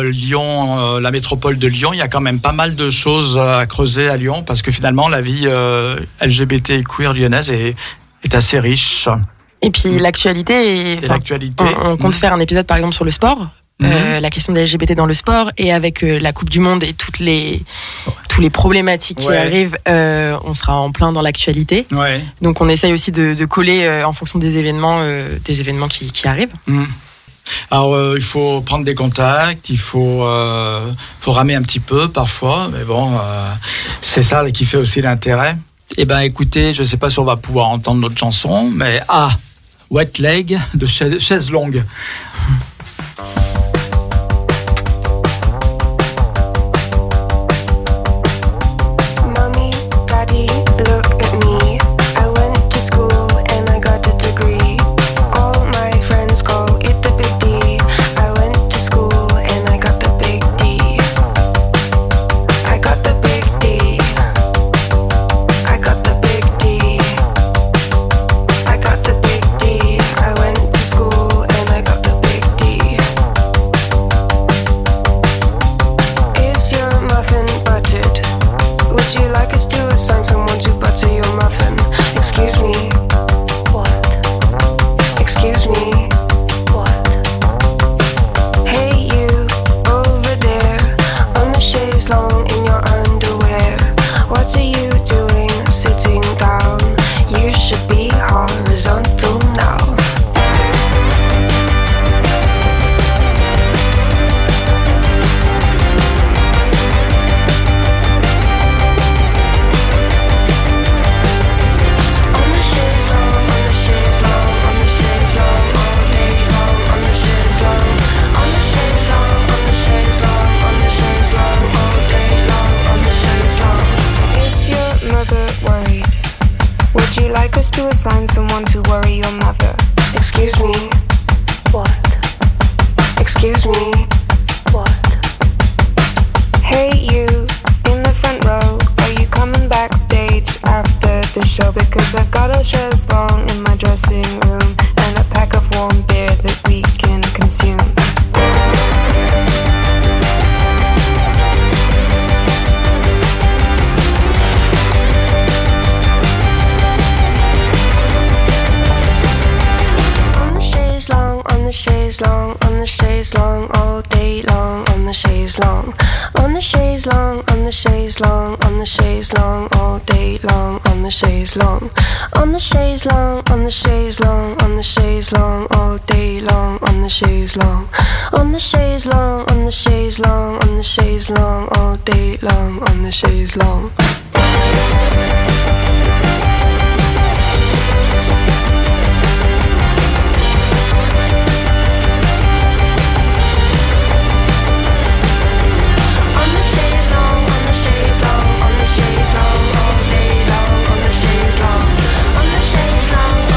Lyon, la métropole de Lyon, il y a quand même pas mal de choses à creuser à Lyon, parce que finalement la vie LGBT et queer lyonnaise est assez riche. Et puis l'actualité. On compte faire un épisode par exemple sur le sport. La question des LGBT dans le sport, et avec la Coupe du Monde et tous les problématiques qui arrivent, on sera en plein dans l'actualité. Ouais. Donc on essaye aussi de coller en fonction des événements qui arrivent. Alors il faut prendre des contacts, il faut ramer un petit peu parfois, mais bon, c'est ça qui fait aussi l'intérêt. Eh ben écoutez, je sais pas si on va pouvoir entendre notre chanson, mais Wet Leg de Chaise Longue. On the chaise long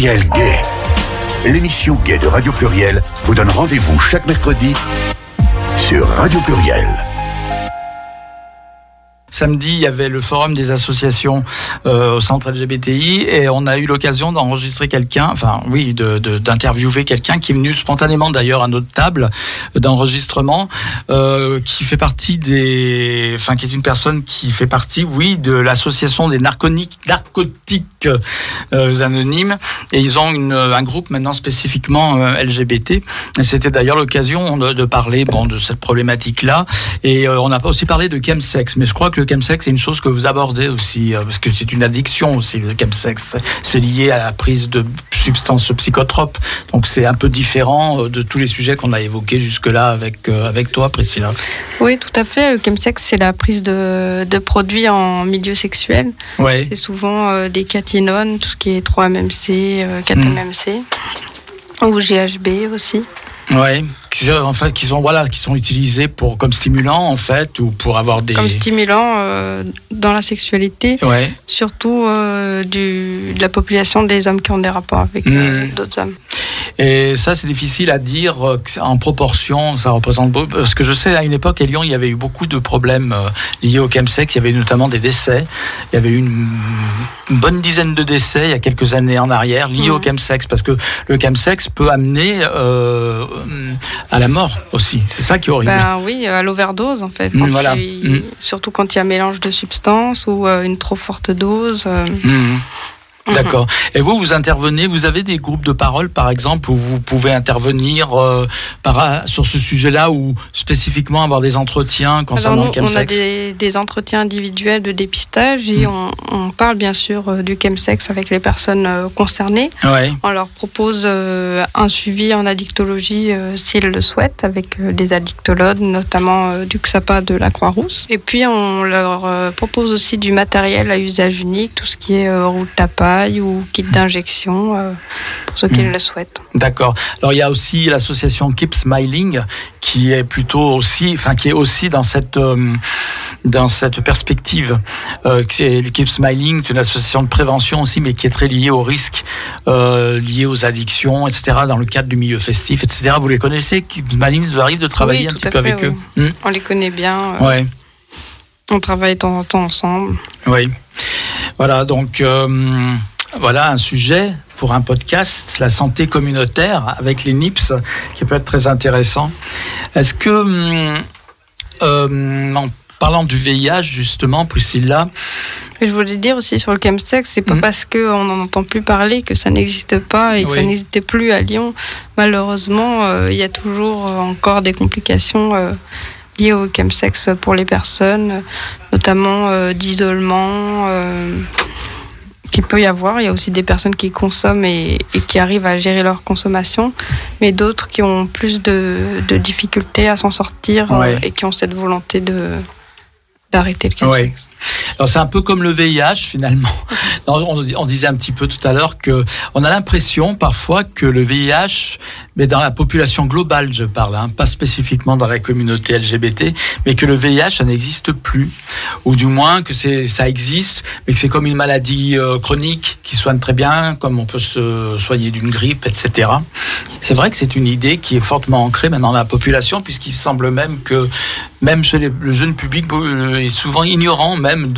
Pluriel Gay. L'émission Gay de Radio Pluriel vous donne rendez-vous chaque mercredi sur Radio Pluriel. Samedi, il y avait le forum des associations au centre LGBTI et on a eu l'occasion d'enregistrer quelqu'un, d'interviewer quelqu'un qui est venu spontanément d'ailleurs à notre table d'enregistrement, qui fait partie qui est une personne qui fait partie, de l'association des narcotiques anonymes, et ils ont un groupe maintenant spécifiquement LGBT. Et c'était d'ailleurs l'occasion de parler de cette problématique-là, et on a aussi parlé de chemsex, mais je crois que le chemsex, c'est une chose que vous abordez aussi, parce que c'est une addiction aussi, le chemsex. C'est lié à la prise de substances psychotropes. Donc c'est un peu différent de tous les sujets qu'on a évoqués jusque-là avec toi, Priscilla. Oui, tout à fait. Le chemsex, c'est la prise de produits en milieu sexuel. Ouais. C'est souvent des catinones, tout ce qui est 3-MMC, 4-MMC, ou GHB aussi. Ouais, en fait, qui sont utilisés comme stimulants en fait, ou pour avoir des... Comme stimulants dans la sexualité, surtout de la population des hommes qui ont des rapports avec d'autres hommes. Et ça, c'est difficile à dire en proportion, ça représente beaucoup, parce que je sais, à une époque, à Lyon, il y avait eu beaucoup de problèmes liés au chemsex. Il y avait notamment des décès. Il y avait eu une bonne dizaine de décès il y a quelques années en arrière liés au chemsex, parce que le chemsex peut amener à la mort aussi. C'est ça qui est horrible. Oui, à l'overdose en fait. Surtout quand il y a mélange de substances ou une trop forte dose. D'accord. Et vous intervenez, vous avez des groupes de parole, par exemple, où vous pouvez intervenir sur ce sujet-là, ou spécifiquement avoir des entretiens concernant le chemsex? On a des entretiens individuels de dépistage et on parle bien sûr du chemsex avec les personnes concernées. Ouais. On leur propose un suivi en addictologie s'ils le souhaitent, avec des addictologues, notamment du XAPA de la Croix-Rousse. Et puis on leur propose aussi du matériel à usage unique, tout ce qui est roue de tapaille ou kit d'injection pour ceux qui le souhaitent. D'accord. Alors il y a aussi l'association Keep Smiling qui est qui est aussi dans cette perspective. Keep Smiling, c'est une association de prévention aussi, mais qui est très liée aux risques liés aux addictions, etc. dans le cadre du milieu festif, etc. Vous les connaissez, Keep Smiling? Vous arrive de travailler un petit peu avec eux? On les connaît bien. On travaille de temps en temps ensemble. Oui. Voilà, donc un sujet pour un podcast, la santé communautaire avec les NIPS, qui peut être très intéressant. Est-ce que, en parlant du VIH justement, Priscilla, je voulais dire aussi sur le chemsex, c'est pas parce qu'on n'en entend plus parler que ça n'existe pas et que ça n'existait plus à Lyon. Malheureusement, il y a toujours encore des complications liées au chemsex pour les personnes, notamment d'isolement qu'il peut y avoir. Il y a aussi des personnes qui consomment et qui arrivent à gérer leur consommation, mais d'autres qui ont plus de difficultés à s'en sortir et qui ont cette volonté d'arrêter le chemsex. Alors c'est un peu comme le VIH finalement. On disait un petit peu tout à l'heure que on a l'impression parfois que le VIH, mais dans la population globale je parle, pas spécifiquement dans la communauté LGBT, mais que le VIH ça n'existe plus, ou du moins que ça existe, mais que c'est comme une maladie chronique qui soigne très bien, comme on peut se soigner d'une grippe, etc. C'est vrai que c'est une idée qui est fortement ancrée maintenant dans la population, puisqu'il semble même que même chez le jeune public est souvent ignorant même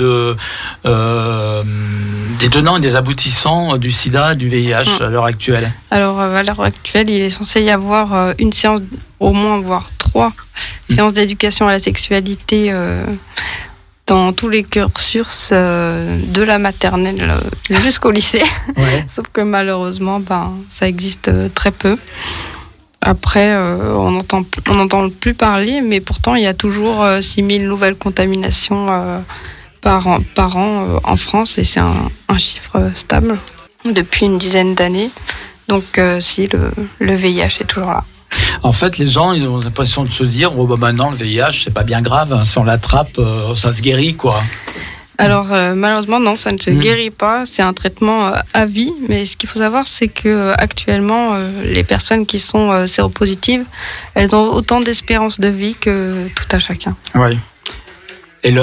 des tenants et des aboutissants du sida, du VIH à l'heure actuelle. Alors à l'heure actuelle, il est censé y avoir une séance, au moins voire 3 séances d'éducation à la sexualité dans tous les cursus de la maternelle jusqu'au lycée. Sauf que malheureusement, ça existe très peu. Après, on n'entend plus parler, mais pourtant, il y a toujours 6000 nouvelles contaminations par an en France, et c'est un chiffre stable depuis une dizaine d'années. Donc, si le VIH est toujours là. En fait, les gens ils ont l'impression de se dire maintenant, le VIH, c'est pas bien grave, si on l'attrape, ça se guérit, quoi. Alors malheureusement non, ça ne se guérit pas, c'est un traitement à vie, mais ce qu'il faut savoir c'est que actuellement les personnes qui sont séropositives, elles ont autant d'espérance de vie que tout à chacun. Oui. Et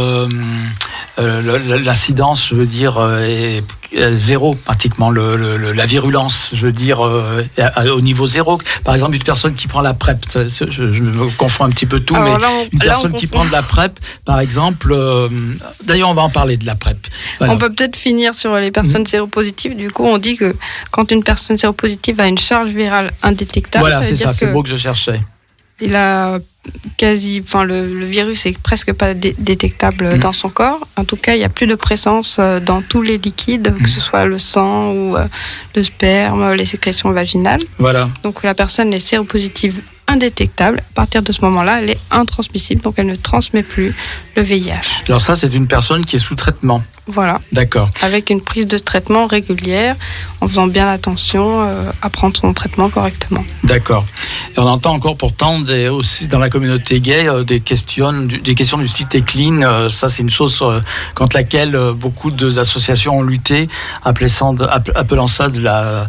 l'incidence, je veux dire, est zéro pratiquement. La virulence, je veux dire, au niveau zéro. Par exemple, une personne qui prend la PrEP, je me confonds un petit peu tout, mais une personne qui prend de la PrEP, par exemple, d'ailleurs, on va en parler de la PrEP. Voilà. On peut peut-être finir sur les personnes séropositives. Du coup, on dit que quand une personne séropositive a une charge virale indétectable, voilà, c'est ça, c'est le mot que je cherchais. Il a le virus est presque pas détectable dans son corps. En tout cas, il n'y a plus de présence dans tous les liquides, que ce soit le sang ou le sperme, les sécrétions vaginales. Voilà. Donc la personne est séropositive indétectable. À partir de ce moment-là, elle est intransmissible, donc elle ne transmet plus le VIH. Alors ça, c'est une personne qui est sous traitement. Voilà. D'accord. Avec une prise de traitement régulière, en faisant bien attention à prendre son traitement correctement. D'accord. Et on entend encore pourtant aussi dans la communauté gay des questions du site Eclean. Ça, c'est une chose contre laquelle beaucoup d'associations ont lutté, appelant ça de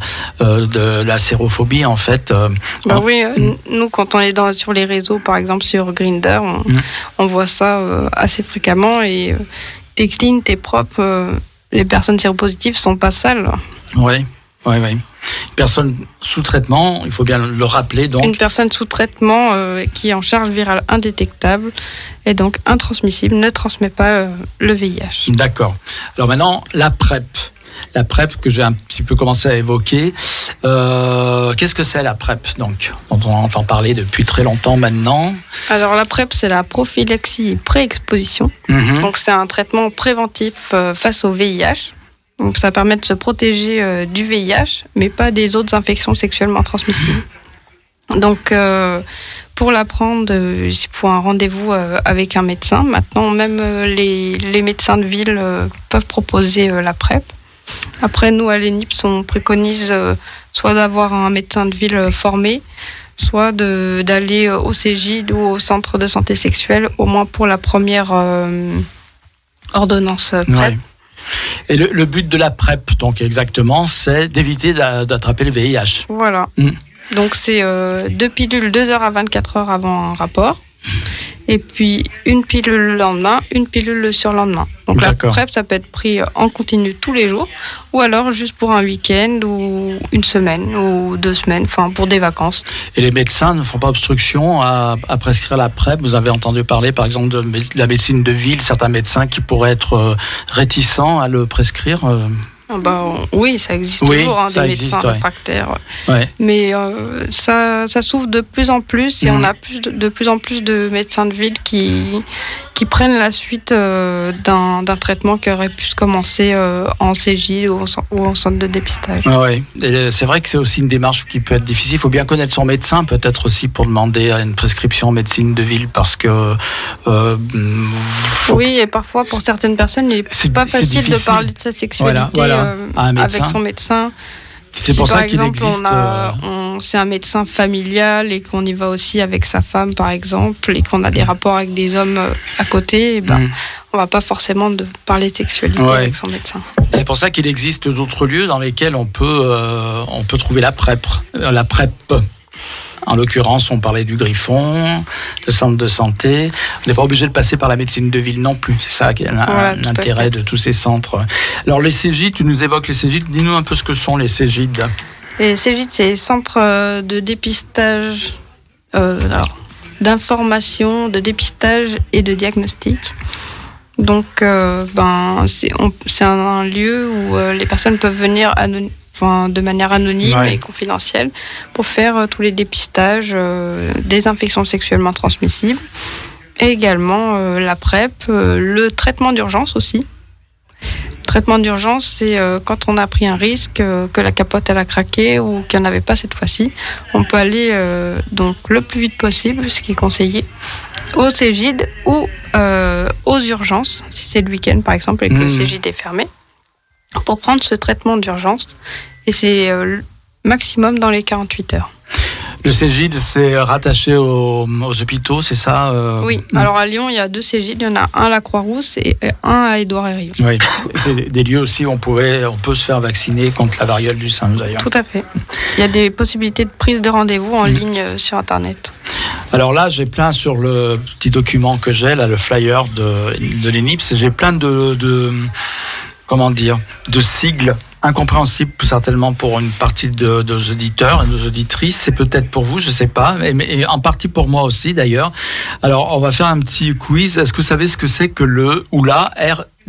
la sérophobie, en fait. Oui, nous, quand on est sur les réseaux, par exemple sur Grindr, on voit ça assez fréquemment et t'es clean, t'es propre, les personnes séropositives sont pas sales. Oui. Une personne sous traitement, il faut bien le rappeler donc. Une personne sous traitement qui est en charge virale indétectable et donc intransmissible, ne transmet pas le VIH. D'accord. Alors maintenant, la PrEP. La PrEP que j'ai un petit peu commencé à évoquer. Qu'est-ce que c'est la PrEP donc, dont on entend parler depuis très longtemps maintenant? Alors la PrEP, c'est la prophylaxie pré-exposition. Donc c'est un traitement préventif face au VIH. Donc ça permet de se protéger du VIH, mais pas des autres infections sexuellement transmissibles. Donc pour la prendre, il faut un rendez-vous avec un médecin. Maintenant, même les médecins de ville peuvent proposer la PrEP. Après, nous, à l'ENIPS, on préconise soit d'avoir un médecin de ville formé, soit d'aller au CEGID ou au centre de santé sexuelle, au moins pour la première ordonnance PrEP. Ouais. Et le but de la PrEP, donc exactement, c'est d'éviter d'attraper le VIH. Voilà. Donc, c'est 2 pilules 2 heures à 24 heures avant un rapport. Et puis une pilule le lendemain, une pilule le surlendemain. Donc D'accord. La PrEP, ça peut être pris en continu tous les jours, ou alors juste pour un week-end, ou une semaine, ou 2 semaines, enfin pour des vacances. Et les médecins ne font pas obstruction à prescrire la PrEP. Vous avez entendu parler, par exemple, de la médecine de ville, certains médecins qui pourraient être réticents à le prescrire. Oui, ça existe toujours, des médecins réfractaires. Ouais. Mais ça s'ouvre de plus en plus et on a de plus en plus de médecins de ville qui prennent la suite d'un traitement qui aurait pu se commencer en CJ ou en centre de dépistage. Oui, c'est vrai que c'est aussi une démarche qui peut être difficile. Il faut bien connaître son médecin, peut-être aussi pour demander une prescription en médecine de ville, parce que... Oui, et parfois pour certaines personnes, il n'est pas facile de parler de sa sexualité avec son médecin. C'est pour ça qu'il existe. C'est un médecin familial et qu'on y va aussi avec sa femme, par exemple, et qu'on a des rapports avec des hommes à côté, on va pas forcément parler de sexualité avec son médecin. C'est pour ça qu'il existe d'autres lieux dans lesquels on peut trouver la PrEP. La PrEP. En l'occurrence, on parlait du Griffon, le centre de santé. On n'est pas obligé de passer par la médecine de ville non plus. C'est ça qui est l'intérêt de tous ces centres. Alors les CEGID, tu nous évoques les CEGID. Dis-nous un peu ce que sont les CEGID. Les CEGID, c'est les centres de dépistage, d'information, de dépistage et de diagnostic. Donc, c'est un lieu où les personnes peuvent venir de manière anonyme et confidentielle pour faire tous les dépistages des infections sexuellement transmissibles et également la PrEP, le traitement d'urgence aussi. Le traitement d'urgence, c'est quand on a pris un risque, que la capote elle a craqué ou qu'il n'y en avait pas cette fois-ci. On peut aller donc le plus vite possible, ce qui est conseillé, au CEGID ou aux urgences, si c'est le week-end par exemple et que le CEGID est fermé, pour prendre ce traitement d'urgence. Et c'est maximum dans les 48 heures. Le CEGID, c'est rattaché aux hôpitaux, c'est ça Oui, alors à Lyon, il y a 2 CEGID. Il y en a un à la Croix-Rousse et un à Édouard Herriot. Oui, c'est des lieux aussi où on peut se faire vacciner contre la variole du singe d'ailleurs. Tout à fait. Il y a des possibilités de prise de rendez-vous en ligne sur Internet. Alors là, j'ai plein sur le petit document que j'ai, là, le flyer de l'ENIPS, j'ai plein de sigles incompréhensibles certainement pour une partie de nos auditeurs et nos auditrices. C'est peut-être pour vous, je ne sais pas, mais en partie pour moi aussi d'ailleurs. Alors, on va faire un petit quiz. Est-ce que vous savez ce que c'est que le ou la RDR ?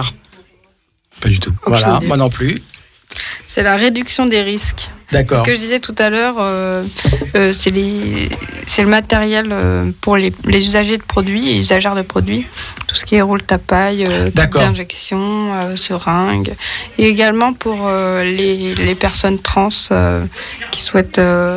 Pas du tout. Voilà, moi non plus. C'est la réduction des risques. D'accord. Ce que je disais tout à l'heure, c'est le matériel pour les usagers de produits et usagères de produits. Tout ce qui est rouleau à paille, tube d'injection, seringue. Et également pour les personnes trans qui souhaitent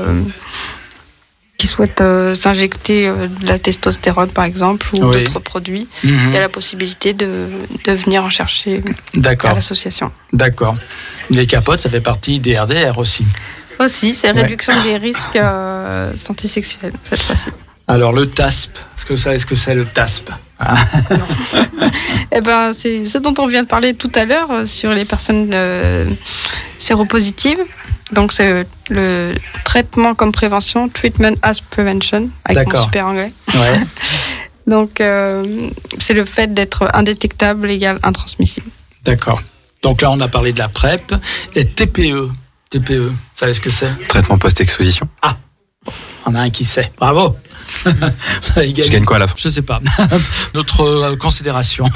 s'injecter de la testostérone, par exemple, ou d'autres produits. Il y a la possibilité de venir en chercher à l'association. D'accord. Les capotes, ça fait partie des RDR aussi. Aussi, c'est réduction des risques santé sexuelle, cette fois-ci. Alors, le TASP, est-ce que vous savez ce que c'est le TASP ? Eh ben, c'est ce dont on vient de parler tout à l'heure sur les personnes séropositives. Donc, c'est le traitement comme prévention, treatment as prevention, avec mon super anglais. Ouais. Donc, c'est le fait d'être indétectable égale intransmissible. D'accord. Donc là, on a parlé de la PrEP et TPE. TPE, vous savez ce que c'est ? Traitement post-exposition. Ah, on a un qui sait. Bravo. Je gagne quoi à la fin ? Je sais pas. Notre considération.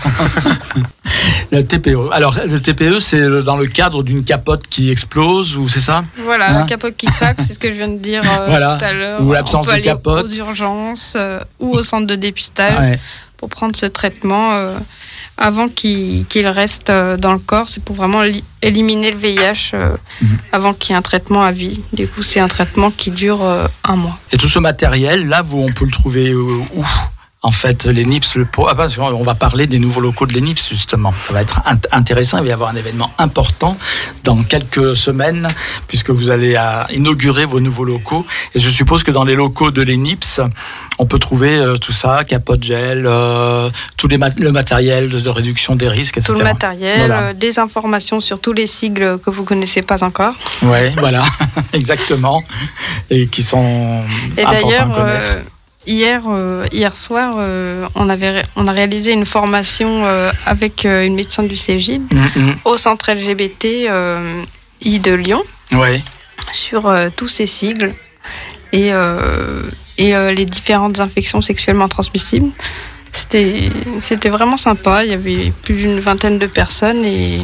Le TPE. Alors, le TPE, c'est dans le cadre d'une capote qui explose, ou c'est ça ? Voilà, la capote qui craque, c'est ce que je viens de dire tout à l'heure. Ou l'absence de capote. On peut aller aux urgences ou au centre de dépistage pour prendre ce traitement avant qu'il reste dans le corps. C'est pour vraiment éliminer le VIH avant qu'il y ait un traitement à vie. Du coup, c'est un traitement qui dure 1 mois. Et tout ce matériel, là, on peut le trouver où ? En fait, l'ENIPS, parce qu'on va parler des nouveaux locaux de l'ENIPS, justement. Ça va être intéressant. Il va y avoir un événement important dans quelques semaines, puisque vous allez inaugurer vos nouveaux locaux. Et je suppose que dans les locaux de l'ENIPS, on peut trouver tout ça, capote gel, tout le matériel de réduction des risques, etc. Tout le matériel, des informations sur tous les sigles que vous ne connaissez pas encore. Oui, voilà, exactement. Et qui sont importants à connaître. Hier soir, on a réalisé une formation avec une médecin du CEGID au centre LGBT I de Lyon sur tous ces sigles et les différentes infections sexuellement transmissibles. C'était vraiment sympa. Il y avait plus d'une 20aine de personnes et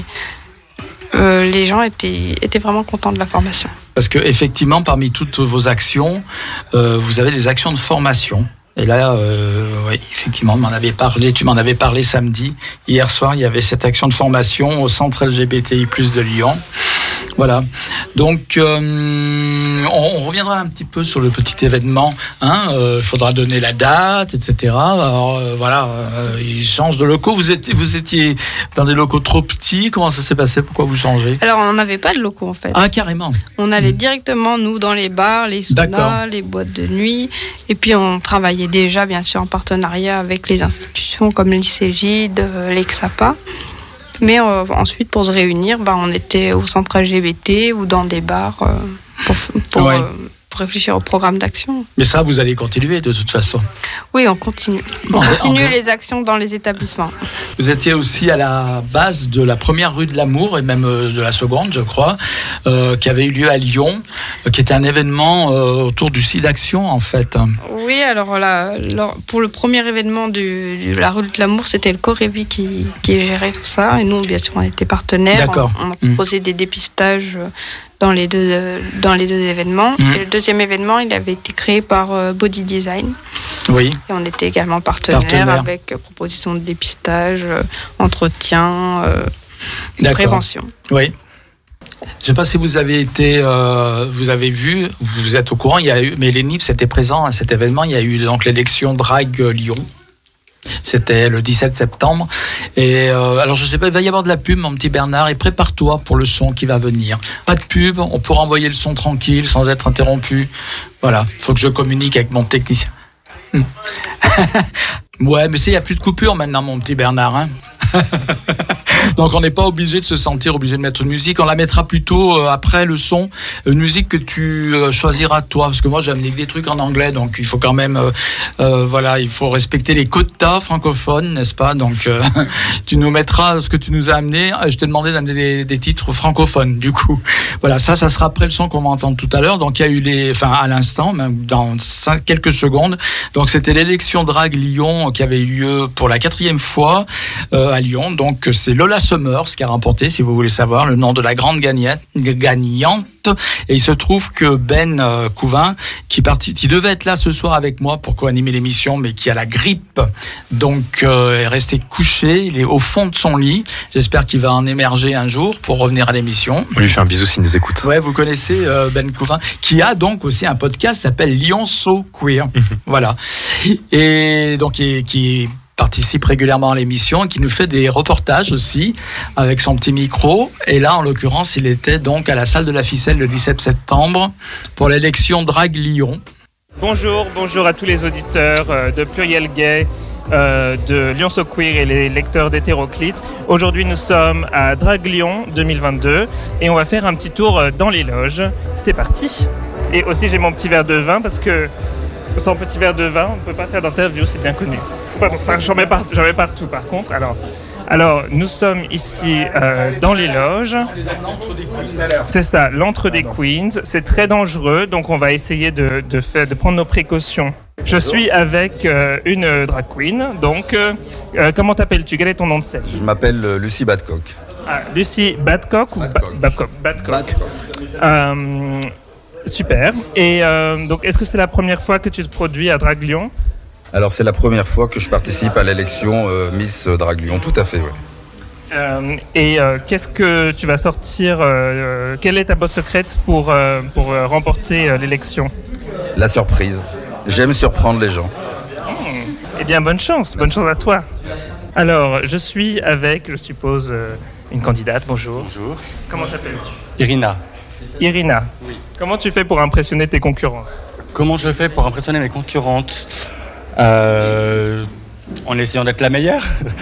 les gens étaient vraiment contents de la formation. Parce que effectivement, parmi toutes vos actions, vous avez des actions de formation. Et là, effectivement, tu m'en avais parlé samedi. Hier soir, il y avait cette action de formation au centre LGBTI+ de Lyon. Voilà. Donc, on reviendra un petit peu sur le petit événement. Il faudra donner la date, etc. Alors, ils changent de locaux. Vous étiez dans des locaux trop petits. Comment ça s'est passé ? Pourquoi vous changez ? Alors, on n'avait pas de locaux, en fait. Ah, carrément. On allait directement, nous, dans les bars, les saunas, les boîtes de nuit. Et puis, on travaillait déjà, bien sûr, en partenariat avec les institutions comme l'ICEGID, l'EXAPA. Mais ensuite, pour se réunir, on était au centre LGBT ou dans des bars pour réfléchir au programme d'action. Mais ça, vous allez continuer de toute façon. Oui, on continue. On continue les actions dans les établissements. Vous étiez aussi à la base de la première rue de l'Amour et même de la seconde, je crois, qui avait eu lieu à Lyon, qui était un événement autour du SIDAction, en fait. Oui, alors pour le premier événement de la rue de l'Amour, c'était le Corévi qui gérait tout ça. Et nous, bien sûr, on était partenaires. D'accord. On a proposé des dépistages dans les deux événements. Et le deuxième événement, il avait été créé par Body Design. Oui. Et on était également partenaire avec proposition de dépistage, entretien, prévention. Oui. Je ne sais pas si vous avez vous avez vu, vous êtes au courant, mais l'ENIPS était présent à cet événement. Il y a eu donc l'élection Drag Lyon. C'était le 17 septembre. Et alors, je sais pas, il va y avoir de la pub, mon petit Bernard, et prépare-toi pour le son qui va venir. Pas de pub, on pourra envoyer le son tranquille, sans être interrompu. Voilà, il faut que je communique avec mon technicien. Ouais, mais il n'y a plus de coupure maintenant, mon petit Bernard. Donc on n'est pas obligé de se sentir obligé de mettre une musique. On la mettra plutôt après le son, une musique que tu choisiras toi. Parce que moi j'aime des trucs en anglais, donc il faut quand même, il faut respecter les quotas francophones, n'est-ce pas? Donc tu nous mettras ce que tu nous as amené. Je t'ai demandé d'amener des titres francophones. Du coup, voilà, ça sera après le son qu'on va entendre tout à l'heure. Donc il y a eu à l'instant, même dans quelques secondes. Donc c'était l'élection Drag Lyon qui avait eu lieu pour la 4e fois à Lyon. Donc c'est Lola Summers qui a remporté, si vous voulez savoir, le nom de la grande gagnante. Et il se trouve que Ben Couvin, qui devait être là ce soir avec moi pour co-animer l'émission, mais qui a la grippe, donc est resté couché. Il est au fond de son lit. J'espère qu'il va en émerger un jour pour revenir à l'émission. On lui fait un bisou s'il nous écoute. Ouais, vous connaissez Ben Couvin, qui a donc aussi un podcast qui s'appelle Lyon So Queer. Voilà. Et donc qui participe régulièrement à l'émission, qui nous fait des reportages aussi avec son petit micro. Et là, en l'occurrence, il était donc à la salle de la Ficelle le 17 septembre pour l'élection Drag Lyon. Bonjour à tous les auditeurs de Pluriel Gay, de Lyon So Queer et les lecteurs d'Hétéroclite. Aujourd'hui, nous sommes à Drag Lyon 2022 et on va faire un petit tour dans les loges. C'est parti. Et aussi, j'ai mon petit verre de vin parce que sans petit verre de vin, on ne peut pas faire d'interview, c'est bien connu. Pardon, ça, j'en mets partout par contre. Alors, nous sommes ici dans les loges. C'est ça, l'antre des Queens. C'est très dangereux, donc on va essayer de prendre nos précautions. Je suis avec une drag queen. Donc, comment t'appelles-tu? Quel est ton nom de scène? Je m'appelle Lucie Badcock. Ah, Lucie Badcock ou Badcock. Super. Et donc, est-ce que c'est la première fois que tu te produis à Drag Lyon? Alors, c'est la première fois que je participe à l'élection Miss Drag Lyon, tout à fait, oui. Qu'est-ce que tu vas sortir quelle est ta botte secrète pour remporter l'élection? La surprise. J'aime surprendre les gens. Eh bien, bonne chance à toi. Alors, je suis avec, je suppose, une candidate. Bonjour. Bonjour. Comment t'appelles-tu? Irina. Irina. Oui. Comment tu fais pour impressionner tes concurrents? Comment je fais pour impressionner mes concurrentes? En essayant d'être la meilleure.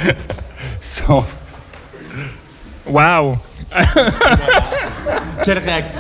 Waouh. Quelle réaction?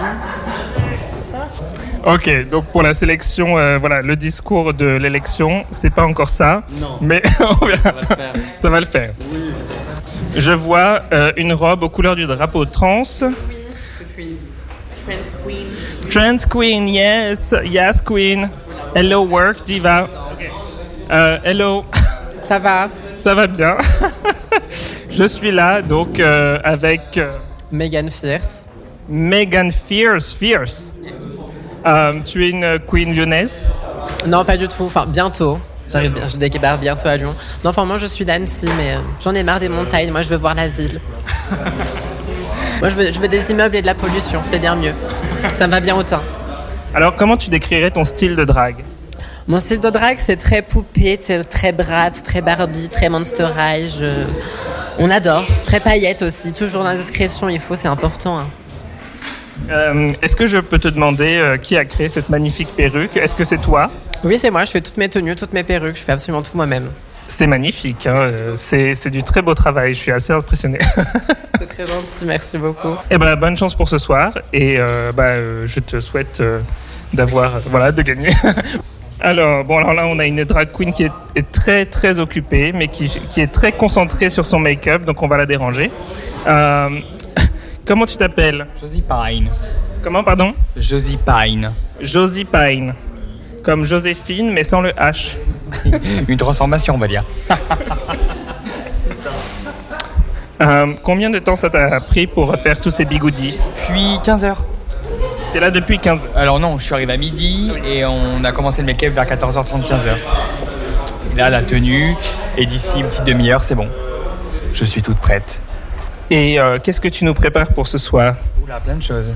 Ok, donc pour la sélection, le discours de l'élection, c'est pas encore ça. Non. Mais on verra. Ça va le faire. Oui. Je vois une robe aux couleurs du drapeau trans. Oui, trans queen. Trans queen, yes queen. Hello work diva. Hello. Ça va? Ça va bien. Je suis là donc avec Megan Fierce. Megan Fierce. Tu es une queen lyonnaise? Non, pas du tout. Enfin, bientôt. Je débarque bientôt à Lyon. Non, enfin, moi, je suis d'Annecy, mais j'en ai marre des montagnes. Moi, je veux voir la ville. Moi, je veux des immeubles et de la pollution. C'est bien mieux. Ça me va bien au teint. Alors, comment tu décrirais ton style de drague? Mon style de drague, c'est très poupée, très Bratz, très Barbie, très Monster High. On adore. Très paillettes aussi. Toujours dans la discrétion, c'est important. Hein. Est-ce que je peux te demander qui a créé cette magnifique perruque? Est-ce que c'est toi? Oui, c'est moi. Je fais toutes mes tenues, toutes mes perruques. Je fais absolument tout moi-même. C'est magnifique. Hein. C'est du très beau travail. Je suis assez impressionné. C'est très gentil. Merci beaucoup. Eh ben, bonne chance pour ce soir. Et je te souhaite de gagner. Alors là, on a une drag queen qui est très, très occupée, mais qui est très concentrée sur son make-up. Donc, on va la déranger. Comment tu t'appelles? Josie Pine. Comment, pardon? Josie Pine. Josie Pine. Comme Joséphine, mais sans le H. Une transformation, on va dire. Combien de temps ça t'a pris pour refaire tous ces bigoudis? Depuis 15 heures. T'es là depuis 15 heures? Alors non, je suis arrivé à midi et on a commencé le make-up vers 14h30, 15h. Et là, la tenue, et d'ici une petite demi-heure, c'est bon. Je suis toute prête. Et qu'est-ce que tu nous prépares pour ce soir? Oula, plein de choses.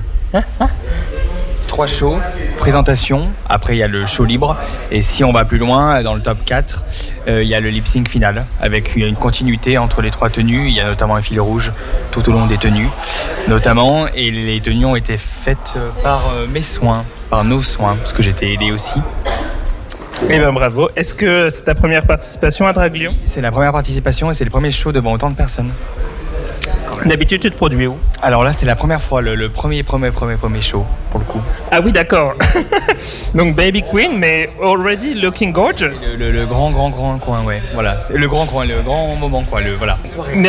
3 shows, présentation, après il y a le show libre, et si on va plus loin, dans le top 4, il y a le lip-sync final, avec une continuité entre les 3 tenues. Il y a notamment un fil rouge tout au long des tenues, notamment, et les tenues ont été faites par mes soins, par nos soins, parce que j'étais aidé aussi. Eh bien bravo. Est-ce que c'est ta première participation à Drag Lyon ? C'est la première participation et c'est le premier show devant autant de personnes. D'habitude, tu te produis où ? Alors là, c'est la première fois, le premier show, pour le coup. Ah oui, d'accord. Donc Baby Queen, mais already looking gorgeous. Le grand coin, ouais. Voilà, c'est le grand coin, le grand moment, quoi. Voilà. Nerveuse ?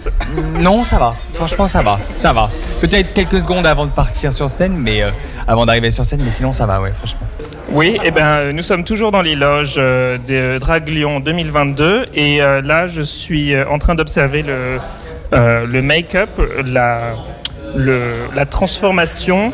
Non, ça va. Franchement, ça va. Peut-être quelques secondes avant de partir sur scène, mais avant d'arriver sur scène, mais sinon, ça va, ouais, franchement. Oui, eh ben, nous sommes toujours dans les loges de Drag Lyon 2022, et là, je suis en train d'observer le make-up, la transformation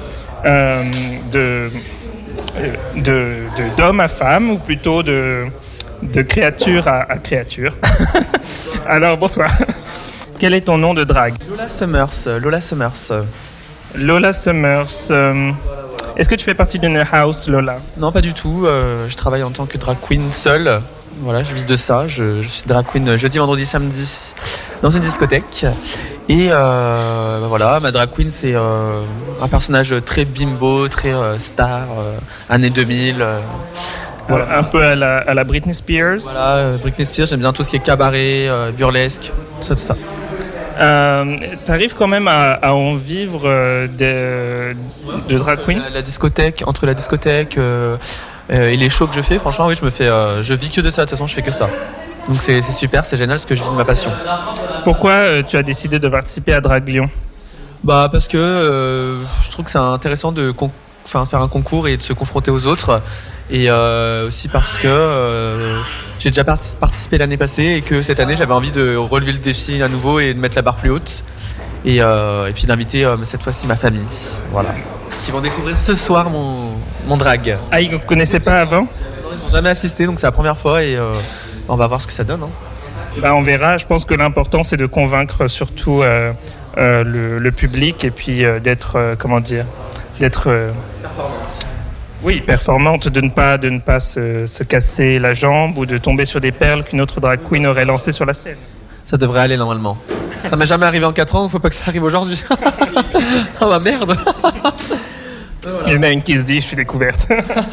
d'homme à femme, ou plutôt de créature à créature. Alors, bonsoir. Quel est ton nom de drague ? Lola Summers. Lola Summers. Est-ce que tu fais partie d'une house, Lola ? Non, pas du tout. Je travaille en tant que drag queen seule. Voilà, je vis de ça. Je suis drag queen jeudi, vendredi, samedi dans une discothèque. Et voilà, ma drag queen, c'est un personnage très bimbo, très star, années 2000. Voilà. Un peu à la Britney Spears. Voilà, Britney Spears, j'aime bien tout ce qui est cabaret, burlesque, tout ça. T'arrives quand même à en vivre de drag queen ? La discothèque, entre la discothèque et les shows que je fais, franchement, oui, je vis que de ça. De toute façon, je fais que ça. Donc c'est super, c'est génial, parce que je vis de ma passion. Pourquoi tu as décidé de participer à Drag Lyon ? Bah parce que je trouve que c'est intéressant de faire un concours et de se confronter aux autres. Et aussi parce que j'ai déjà participé l'année passée et que cette année j'avais envie de relever le défi à nouveau et de mettre la barre plus haute. Et puis d'inviter cette fois-ci ma famille. Voilà. Qui vont découvrir ce soir mon drag. Ah, ils ne connaissaient pas avant ? Ils n'ont jamais assisté, donc c'est la première fois et on va voir ce que ça donne. Hein. Bah, on verra. Je pense que l'important c'est de convaincre surtout le public et puis d'être performante. Oui, performante, de ne pas se casser la jambe ou de tomber sur des perles qu'une autre drag queen aurait lancées sur la scène. Ça devrait aller normalement. Ça m'est jamais arrivé en 4 ans, il ne faut pas que ça arrive aujourd'hui. Oh bah merde. Il y en a une qui se dit, je suis découverte.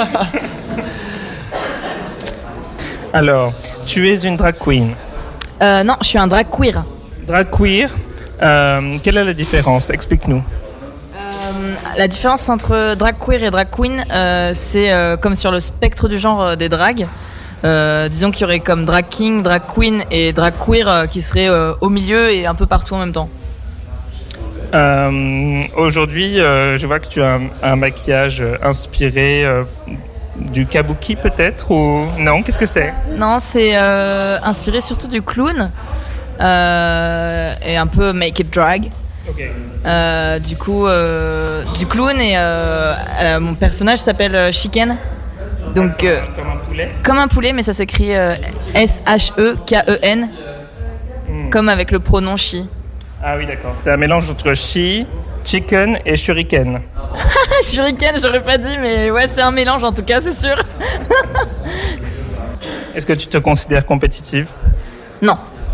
Alors, tu es une drag queen ? Non, je suis un drag queer. Drag queer, quelle est la différence ? Explique-nous. La différence entre drag queer et drag queen, c'est comme sur le spectre du genre des drags. Disons qu'il y aurait comme drag king, drag queen et drag queer qui seraient au milieu et un peu partout en même temps. Aujourd'hui, je vois que tu as un maquillage inspiré du kabuki peut-être ou non, qu'est-ce que c'est ? Non, c'est inspiré surtout du clown et un peu make it drag. Okay. Du coup, du clown et mon personnage s'appelle Chicken. Donc comme un poulet. Comme un poulet, mais ça s'écrit S-H-E-K-E-N, comme avec le pronom she. Ah oui, d'accord. C'est un mélange entre she, chicken et shuriken. Shuriken, j'aurais pas dit, mais ouais, c'est un mélange en tout cas, c'est sûr. Est-ce que tu te considères compétitive ? Non.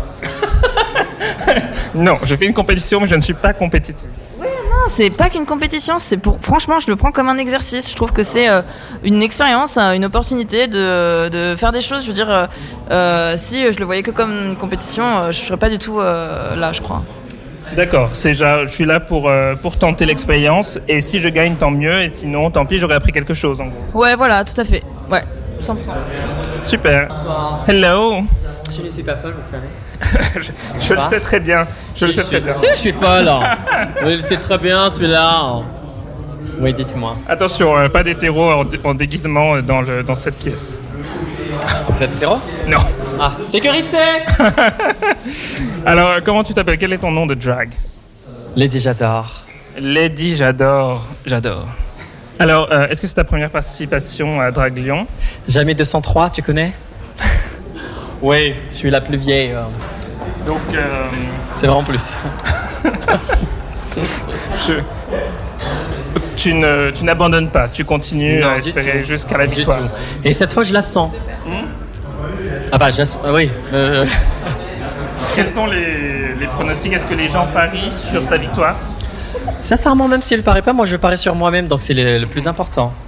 Non, je fais une compétition, mais je ne suis pas compétitive. Oui, non, c'est pas qu'une compétition, franchement, je le prends comme un exercice. Je trouve que c'est une expérience, une opportunité de faire des choses. Je veux dire, si je le voyais que comme une compétition, je serais pas du tout là, je crois. D'accord, je suis là pour tenter l'expérience, et si je gagne, tant mieux, et sinon, tant pis, j'aurais appris quelque chose, en gros. Ouais, voilà, tout à fait. Ouais, 100%. Super. Bonsoir. Hello. Je ne suis pas folle, vous savez. Je le sais très bien. Je le sais très bien. Si, je suis pas là. Vous le savez très bien, celui-là. Oui, dites-moi. Attention, pas d'hétéro en déguisement dans cette pièce. Vous êtes hétéro ? Non. Ah, sécurité. Alors, comment tu t'appelles ? Quel est ton nom de drag ? Lady J'adore. Lady J'adore. J'adore. Alors, est-ce que c'est ta première participation à Drag Lyon ? Jamais 203, tu connais ? Oui, je suis la plus vieille. Donc, c'est vraiment plus. Tu n'abandonnes pas, tu continues à espérer jusqu'à la victoire. Et cette fois, je la sens. Ah bah, oui. Quels sont les pronostics ? Est-ce que les gens parient sur ta victoire ? Sincèrement, même s'ils ne parient pas, moi je parie sur moi-même, donc c'est le plus important.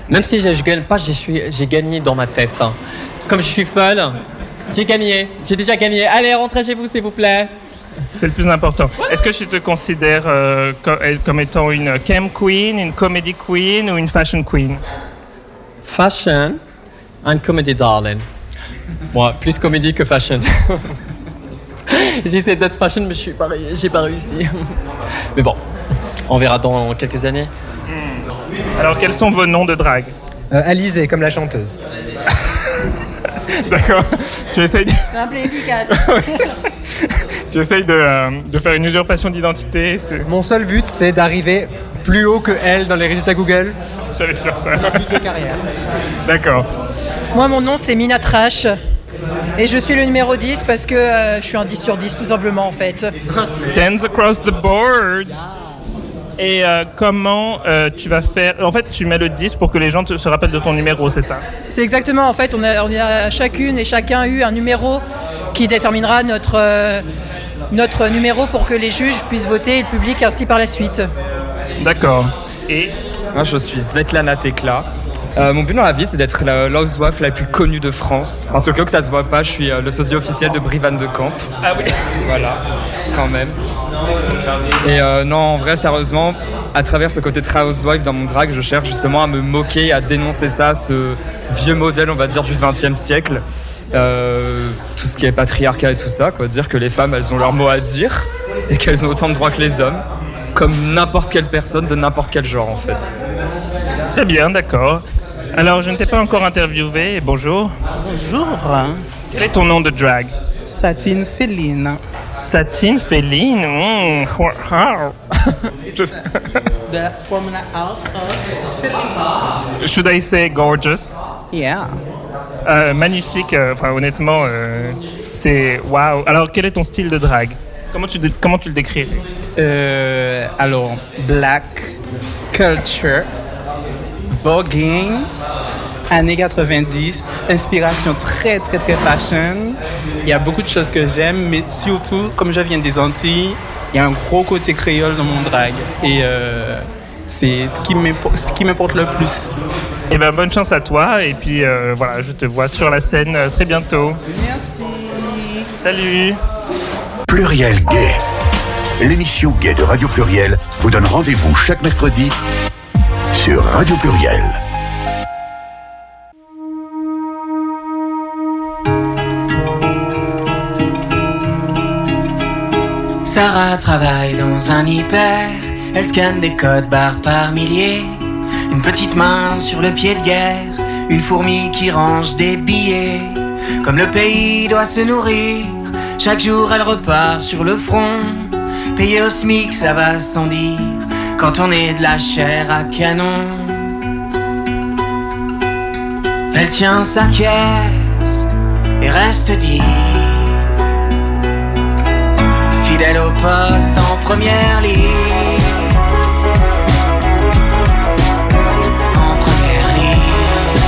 Même si je gagne pas, j'ai gagné dans ma tête. Comme je suis folle, j'ai gagné. J'ai déjà gagné. Allez, rentrez chez vous, s'il vous plaît. C'est le plus important. Est-ce que tu te considères comme étant une cam queen, une comedy queen ou une fashion queen? Fashion and comedy, darling. Moi, plus comédie que fashion. J'ai essayé d'être fashion, mais j'ai pas réussi. Mais bon, on verra dans quelques années. Alors, quels sont vos noms de drague? Alizée, comme la chanteuse. D'accord. Tu essayes Simple et efficace. Tu essayes de faire une usurpation d'identité. Mon seul but, c'est d'arriver plus haut que elle dans les résultats Google. J'allais dire ça. Plus de carrière. D'accord. Moi, mon nom, c'est Mina Trash. Et je suis le numéro 10 parce que je suis un 10 sur 10, tout simplement, en fait. Dance across the board. Et comment tu vas faire... En fait, tu mets le 10 pour que les gens se rappellent de ton numéro, c'est ça? C'est exactement, en fait, on a chacune et chacun eu un numéro qui déterminera notre numéro pour que les juges puissent voter et le public ainsi par la suite. D'accord. Et moi, je suis Svetlana Tekla. Mon but dans la vie, c'est d'être la housewife la plus connue de France. Parce que ça se voit pas, je suis le sosie officiel de Brie Van de Camp. Ah oui. Voilà, quand même. Et non, en vrai, sérieusement, à travers ce côté très housewife dans mon drag, je cherche justement à me moquer, à dénoncer ça, ce vieux modèle, on va dire, du XXe siècle. Tout ce qui est patriarcat et tout ça, quoi. Dire que les femmes, elles ont leur mot à dire et qu'elles ont autant de droits que les hommes, comme n'importe quelle personne de n'importe quel genre, en fait. Très bien, d'accord. Alors, je ne t'ai pas encore interviewé. Bonjour. Bonjour. Quel est ton nom de drag? Satine Féline. Satine Féline? From the house of Féline. Should I say gorgeous? Yeah. Magnifique. Enfin, honnêtement, c'est waouh. Alors, quel est ton style de drag? Comment tu le décrirais? Alors, black culture, voguing, années 90, inspiration très très très fashion. Il y a beaucoup de choses que j'aime, mais surtout, comme je viens des Antilles, il y a un gros côté créole dans mon drag. Et c'est ce qui m'importe le plus. Eh ben, bonne chance à toi. Et puis, voilà, je te vois sur la scène très bientôt. Merci. Salut. Pluriel Gay. L'émission Gay de Radio Pluriel vous donne rendez-vous chaque mercredi sur Radio Pluriel. Sarah travaille dans un hyper. Elle scanne des codes barres par milliers. Une petite main sur le pied de guerre. Une fourmi qui range des billets. Comme le pays doit se nourrir, chaque jour elle repart sur le front. Payée au SMIC, ça va sans dire, quand on est de la chair à canon. Elle tient sa caisse et reste dit fidèle au poste en première ligne. En première ligne.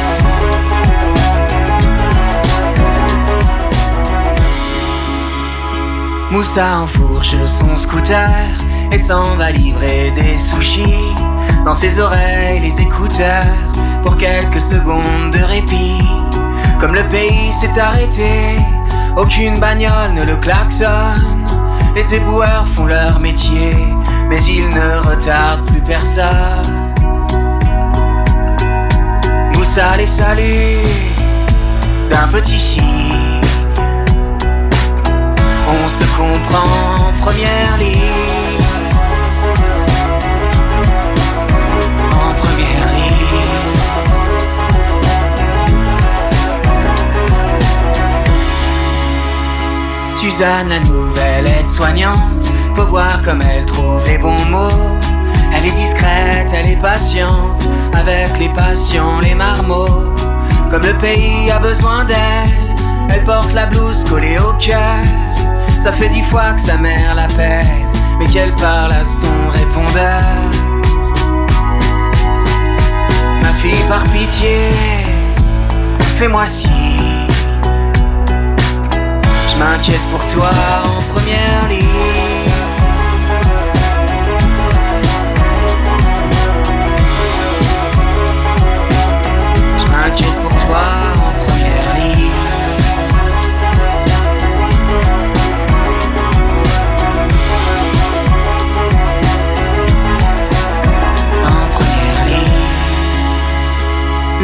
Moussa enfourche son scooter et s'en va livrer des sushis. Dans ses oreilles les écouteurs pour quelques secondes de répit. Comme le pays s'est arrêté, aucune bagnole ne le klaxonne. Les éboueurs font leur métier, mais ils ne retardent plus personne. Moussa les salue d'un petit signe. On se comprend en première ligne. En première ligne. Suzanne, la nouvelle aide-soignante, faut voir comme elle trouve les bons mots. Elle est discrète, elle est patiente, avec les patients, les marmots. Comme le pays a besoin d'elle, elle porte la blouse collée au cœur. Ça fait 10 fois que sa mère l'appelle, mais qu'elle parle à son répondeur. Ma fille, par pitié, fais-moi signe. Je m'inquiète pour toi en première ligne.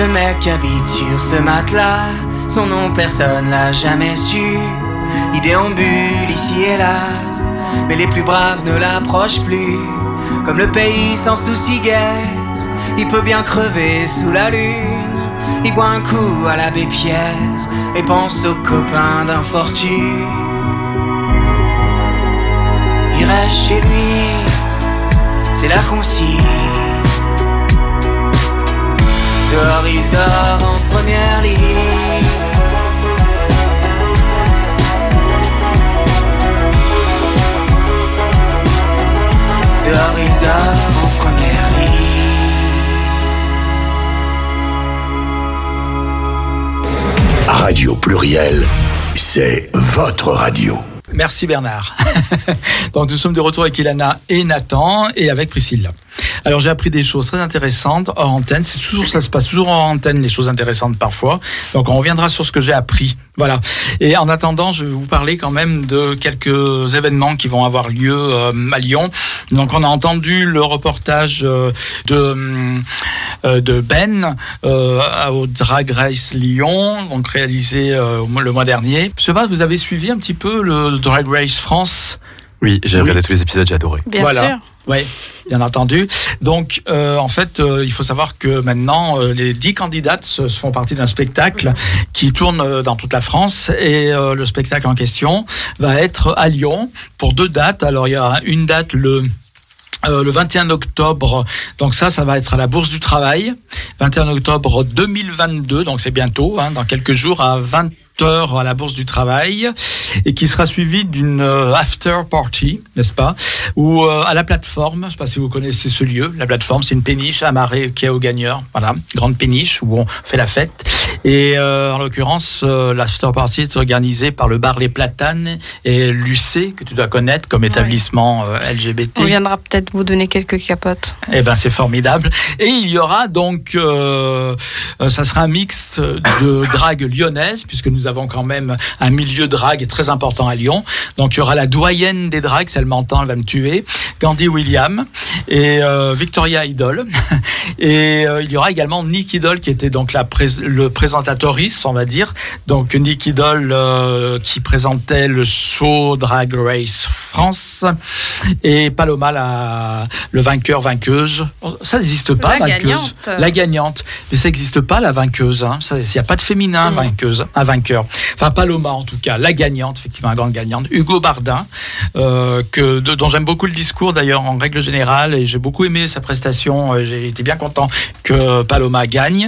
Le mec qui habite sur ce matelas, son nom personne l'a jamais su. Il déambule ici et là, mais les plus braves ne l'approchent plus. Comme le pays sans souci guère, il peut bien crever sous la lune. Il boit un coup à l'abbé Pierre et pense aux copains d'infortune. Il reste chez lui, c'est la consigne. Dehors il dort en première ligne. Dehors il dort en première ligne. Radio Pluriel, c'est votre radio. Merci Bernard. Donc nous sommes de retour avec Ilana et Nathan et avec Priscilla. Alors j'ai appris des choses très intéressantes hors antenne. Ça se passe toujours hors antenne, les choses intéressantes parfois. Donc on reviendra sur ce que j'ai appris. Voilà. Et en attendant, je vais vous parler quand même de quelques événements qui vont avoir lieu à Lyon. Donc on a entendu le reportage de Ben au Drag Race Lyon, donc réalisé le mois dernier. Je sais pas, vous avez suivi un petit peu le Drag Race France? Oui, j'ai regardé tous les épisodes, j'ai adoré. Bien sûr. Oui, bien entendu. Donc, en fait, il faut savoir que maintenant, les 10 candidates font partie d'un spectacle qui tourne dans toute la France. Et le spectacle en question va être à Lyon pour 2 dates. Alors, il y a une date le 21 octobre, donc ça va être à la Bourse du Travail, 21 octobre 2022, donc c'est bientôt, dans quelques jours, à 20h à la Bourse du Travail, et qui sera suivi d'une after party, n'est-ce pas, ou à la plateforme. Je ne sais pas si vous connaissez ce lieu. La plateforme, c'est une péniche amarrée qui est au Gagneur, voilà, grande péniche où on fait la fête. Et en l'occurrence, l'after party est organisée par le bar Les Platanes et l'UC, que tu dois connaître comme établissement LGBT. On viendra peut-être vous donner quelques capotes. Eh ben, c'est formidable. Et il y aura donc, ça sera un mix de drague lyonnaise, puisque nous avons quand même un milieu drague très important à Lyon. Donc il y aura la doyenne des dragues, si elle m'entend, elle va me tuer, Gandhi William et Victoria Idol. Et il y aura également Nick Idol qui était donc le présentatrice, on va dire. Donc Nick Idol qui présentait le show Drag Race France et Paloma le vainqueur-vainqueuse. Ça n'existe pas, la vainqueuse. Gagnante. La gagnante. Mais ça n'existe pas, la vainqueuse. Il n'y a pas de féminin vainqueuse, un vainqueur. Enfin, Paloma en tout cas, la gagnante, effectivement, la grande gagnante. Hugo Bardin, dont j'aime beaucoup le discours d'ailleurs en règle générale, et j'ai beaucoup aimé sa prestation. J'ai été bien content que Paloma gagne.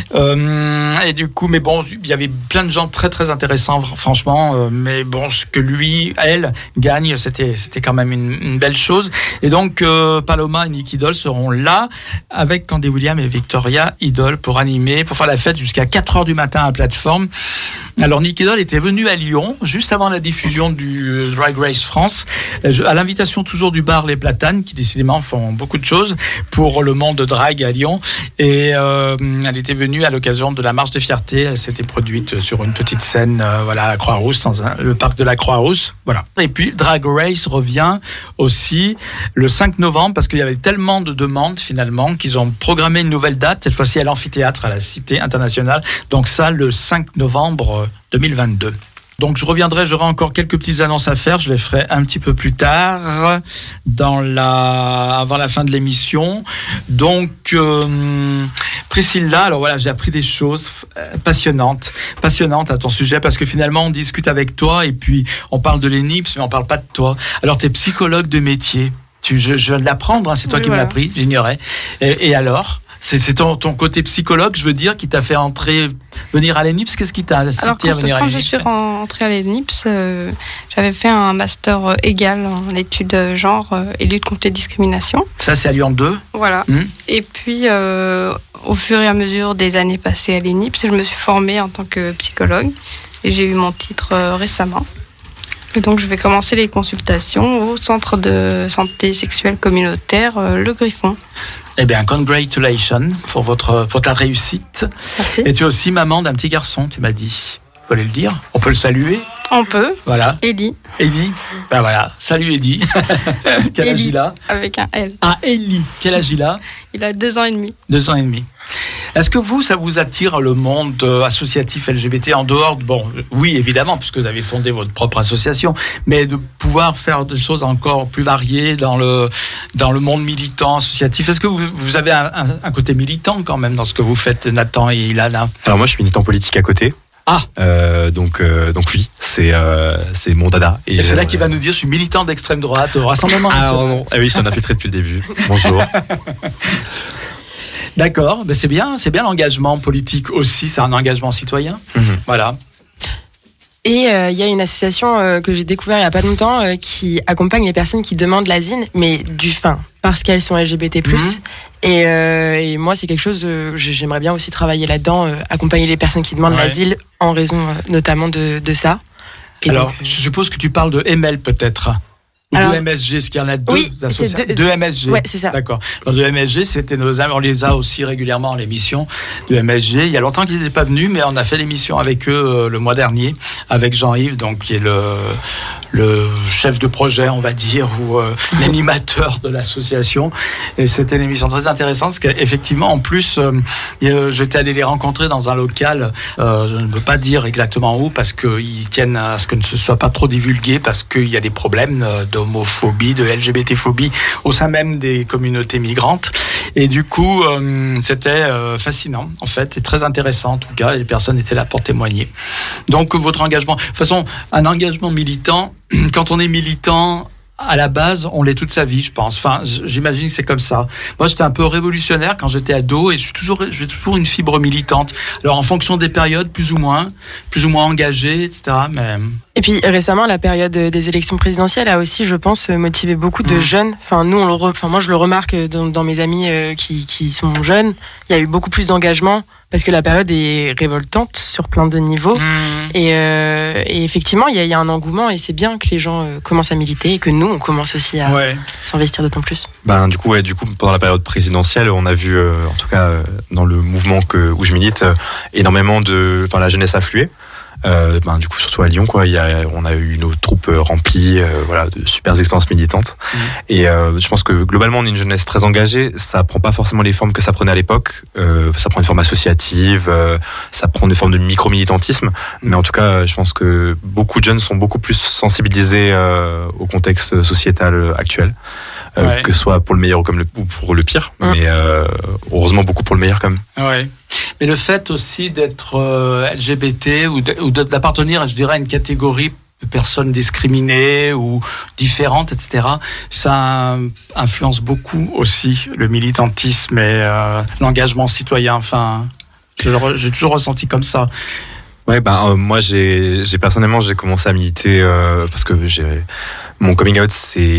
Et du coup, mais bon, il y avait plein de gens très très intéressants, franchement. Mais bon, ce que elle gagne, c'était quand même une belle chose. Et donc, Paloma et Nick Idol seront là avec Candy William et Victoria Idol pour faire la fête jusqu'à 4h du matin à la plateforme. Alors Nick Idol était venu à Lyon juste avant la diffusion du Drag Race France, à l'invitation toujours du bar Les Platanes, qui décidément font beaucoup de choses pour le monde de drag à Lyon. Et elle était venue à l'occasion de la Marche des Fiertés. Elle s'était produite sur une petite scène, à la Croix-Rousse, dans le parc de la Croix-Rousse. Voilà. Et puis Drag Race revient aussi le 5 novembre, parce qu'il y avait tellement de demandes finalement qu'ils ont programmé une nouvelle date, cette fois-ci à l'amphithéâtre, à la Cité internationale. Donc ça, le 5 novembre 2022. Donc j'aurai encore quelques petites annonces à faire, je les ferai un petit peu plus tard, avant la fin de l'émission. Donc Priscilla, alors voilà, j'ai appris des choses passionnantes à ton sujet, parce que finalement on discute avec toi et puis on parle de l'ENIPS, mais on parle pas de toi. Alors tu es psychologue de métier, je viens de l'apprendre, c'est toi qui me l'as appris, j'ignorais. Et alors c'est ton côté psychologue, je veux dire, qui t'a fait venir à l'ENIPS. Qu'est-ce qui t'a incité à venir à l'ENIPS? Quand je suis rentrée à l'ENIPS, j'avais fait un master égal en études genre et lutte contre les discriminations. Ça, c'est à Lyon 2. Voilà. Et puis, au fur et à mesure des années passées à l'ENIPS, je me suis formée en tant que psychologue et j'ai eu mon titre récemment. Et donc, je vais commencer les consultations au centre de santé sexuelle communautaire, Le Griffon. Eh bien, congratulations pour ta réussite. Merci. Et tu es aussi maman d'un petit garçon, tu m'as dit. Il fallait le dire. On peut le saluer. On peut. Voilà. Ellie. Ellie. Ben voilà. Salut Ellie. Quel âge il a ? Avec un L. Ah, Ellie. Quel âge il a ? Il a 2 ans et demi. 2 ans et demi. Est-ce que ça vous attire le monde associatif LGBT en dehors oui, évidemment, puisque vous avez fondé votre propre association, mais de pouvoir faire des choses encore plus variées dans le monde militant associatif. Est-ce que vous avez un côté militant quand même dans ce que vous faites, Nathan et Ilana ? Alors moi, je suis militant politique à côté. Ah. Donc oui, c'est mon dada. Et c'est là qu'il va nous dire, je suis militant d'extrême droite au Rassemblement National. Non. Ah oui, ça en a fait très depuis le début. Bonjour. D'accord, c'est bien l'engagement politique aussi, c'est un engagement citoyen. Voilà. Et il y a une association que j'ai découvert il y a pas longtemps qui accompagne les personnes qui demandent l'asile, mais parce qu'elles sont LGBT+. Et moi, c'est quelque chose, j'aimerais bien aussi travailler là-dedans, accompagner les personnes qui demandent l'asile en raison notamment de ça. Et alors, donc, je suppose que tu parles de ML peut-être. Ou de MSG, est-ce qu'il y en a deux associations ? Deux MSG. Ouais, c'est ça. D'accord. Alors, de MSG, c'était nos amis, on les a aussi régulièrement à l'émission de MSG. Il y a longtemps qu'ils n'étaient pas venus, mais on a fait l'émission avec eux le mois dernier, avec Jean-Yves, donc qui est le chef de projet, on va dire, ou l'animateur de l'association. Et c'était une émission très intéressante, parce qu'effectivement, en plus, j'étais allé les rencontrer dans un local, je ne veux pas dire exactement où, parce qu'ils tiennent à ce que ne se soit pas trop divulgué, parce qu'il y a des problèmes d'homophobie, de LGBT-phobie au sein même des communautés migrantes. Et du coup, c'était fascinant, en fait, et très intéressant, en tout cas. Les personnes étaient là pour témoigner. Donc, votre engagement... De toute façon, un engagement militant, quand on est militant... À la base, on l'est toute sa vie, je pense. Enfin, j'imagine que c'est comme ça. Moi, j'étais un peu révolutionnaire quand j'étais ado et j'ai toujours une fibre militante. Alors, en fonction des périodes, plus ou moins engagé, etc. Mais... Et puis récemment, la période des élections présidentielles a aussi, je pense, motivé beaucoup de jeunes. Enfin, moi, je le remarque dans mes amis qui sont jeunes. Il y a eu beaucoup plus d'engagement parce que la période est révoltante sur plein de niveaux. Et effectivement, il y a un engouement et c'est bien que les gens commencent à militer et que nous, on commence aussi à s'investir d'autant plus. Du coup, pendant la période présidentielle, on a vu, en tout cas dans le mouvement où je milite, énormément la jeunesse affluée. Du coup, surtout à Lyon, on a eu nos troupes remplies, de super expériences militantes. Et je pense que globalement, on est une jeunesse très engagée. Ça prend pas forcément les formes que ça prenait à l'époque. Ça prend une forme associative, ça prend des formes de micro-militantisme. Mais en tout cas, je pense que beaucoup de jeunes sont beaucoup plus sensibilisés au contexte sociétal actuel. Que ce soit pour le meilleur ou pour le pire. Mais heureusement, beaucoup pour le meilleur quand même. Ouais. Mais le fait aussi d'être LGBT ou d'appartenir, je dirais, à une catégorie de personnes discriminées ou différentes, etc., ça influence beaucoup aussi le militantisme et l'engagement citoyen. Enfin, j'ai toujours ressenti comme ça. Ouais, moi, personnellement, j'ai commencé à militer parce que mon coming out,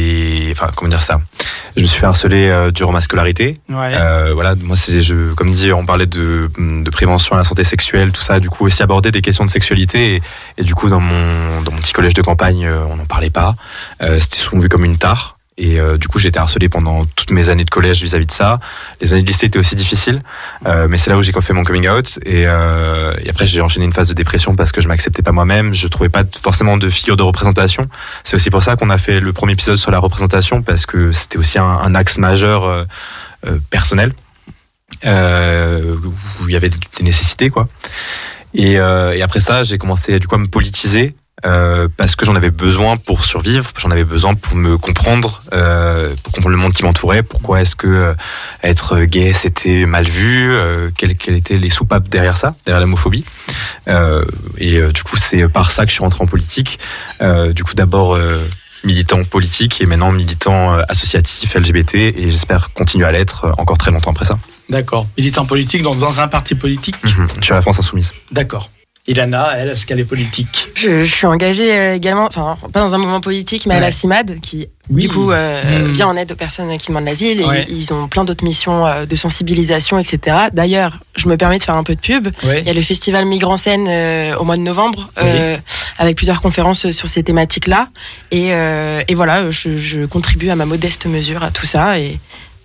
je me suis fait harceler durant ma scolarité. Moi, comme dit, on parlait de prévention à la santé sexuelle, tout ça. Du coup, aussi aborder des questions de sexualité. Et du coup, dans mon petit collège de campagne, on n'en parlait pas. C'était souvent vu comme une tare. Et du coup, j'ai été harcelé pendant toutes mes années de collège vis-à-vis de ça. Les années de lycée étaient aussi difficiles, mais c'est là où j'ai fait mon coming out. Et après, j'ai enchaîné une phase de dépression parce que je m'acceptais pas moi-même. Je trouvais pas forcément de figure de représentation. C'est aussi pour ça qu'on a fait le premier épisode sur la représentation, parce que c'était aussi un axe majeur personnel où il y avait des nécessités, quoi. Et après ça, j'ai commencé du coup à me politiser. Parce que j'en avais besoin pour survivre, j'en avais besoin pour me comprendre, pour comprendre le monde qui m'entourait. Pourquoi est-ce que être gay c'était mal vu, quelles étaient les soupapes derrière l'homophobie. Et du coup c'est par ça que je suis rentré en politique. Du coup d'abord militant politique et maintenant militant associatif LGBT, et j'espère continuer à l'être encore très longtemps après ça. D'accord. Militant politique, donc dans un parti politique. Je suis à la France Insoumise. D'accord. Ilana, elle, est-ce qu'elle est politique ? Je suis engagée également, enfin pas dans un mouvement politique, mais à la CIMAD, qui du coup vient en aide aux personnes qui demandent l'asile. Et ils ont plein d'autres missions de sensibilisation, etc. D'ailleurs, je me permets de faire un peu de pub. Il y a le festival Migrants Scène au mois de novembre, avec plusieurs conférences sur ces thématiques-là. Et voilà, je contribue à ma modeste mesure à tout ça. Et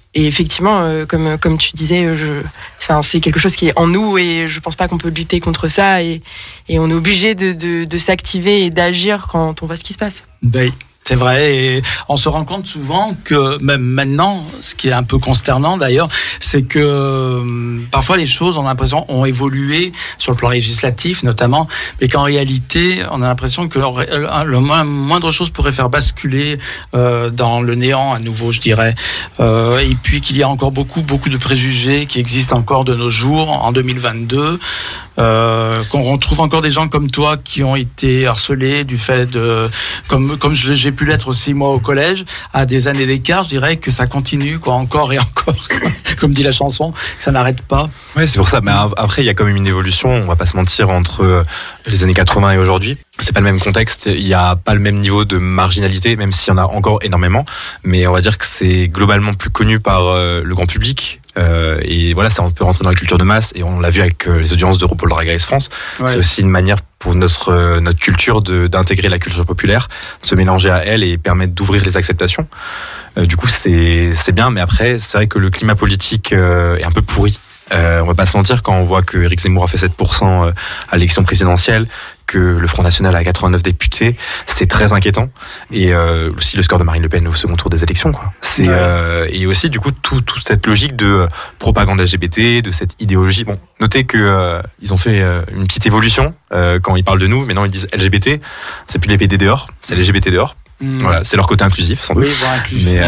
effectivement, comme tu disais, c'est quelque chose qui est en nous et je pense pas qu'on peut lutter contre ça et on est obligé de s'activer et d'agir quand on voit ce qui se passe. Oui. C'est vrai, et on se rend compte souvent que même maintenant, ce qui est un peu consternant d'ailleurs, c'est que parfois les choses, on a l'impression, ont évolué sur le plan législatif notamment, mais qu'en réalité, on a l'impression que le moindre chose pourrait faire basculer dans le néant à nouveau, je dirais. Et puis qu'il y a encore beaucoup de préjugés qui existent encore de nos jours, en 2022. Qu'on retrouve encore des gens comme toi qui ont été harcelés du fait de, comme j'ai pu l'être aussi moi au collège, à des années d'écart, je dirais que ça continue encore et encore, comme dit la chanson, que ça n'arrête pas. Ouais, c'est pour ça. Mais après, il y a quand même une évolution. On va pas se mentir, entre les années 80 et aujourd'hui. C'est pas le même contexte. Il y a pas le même niveau de marginalité, même s'il y en a encore énormément. Mais on va dire que c'est globalement plus connu par le grand public. Et voilà, ça, on peut rentrer dans la culture de masse. Et on l'a vu avec les audiences de RuPaul Drag Race France. Ouais. C'est aussi une manière pour notre culture d'intégrer la culture populaire, de se mélanger à elle et permettre d'ouvrir les acceptations. Du coup, c'est bien. Mais après, c'est vrai que le climat politique est un peu pourri. On va pas se mentir, quand on voit que Éric Zemmour a fait 7% à l'élection présidentielle, que le Front National a 89 députés, c'est très inquiétant. Et aussi le score de Marine Le Pen au second tour des élections, quoi. Et aussi du coup toute cette logique de propagande LGBT, de cette idéologie. Bon, notez que ils ont fait une petite évolution quand ils parlent de nous. Maintenant ils disent LGBT, c'est plus les PD dehors, c'est LGBT dehors. Voilà, c'est leur côté inclusif, sans doute. Oui, mais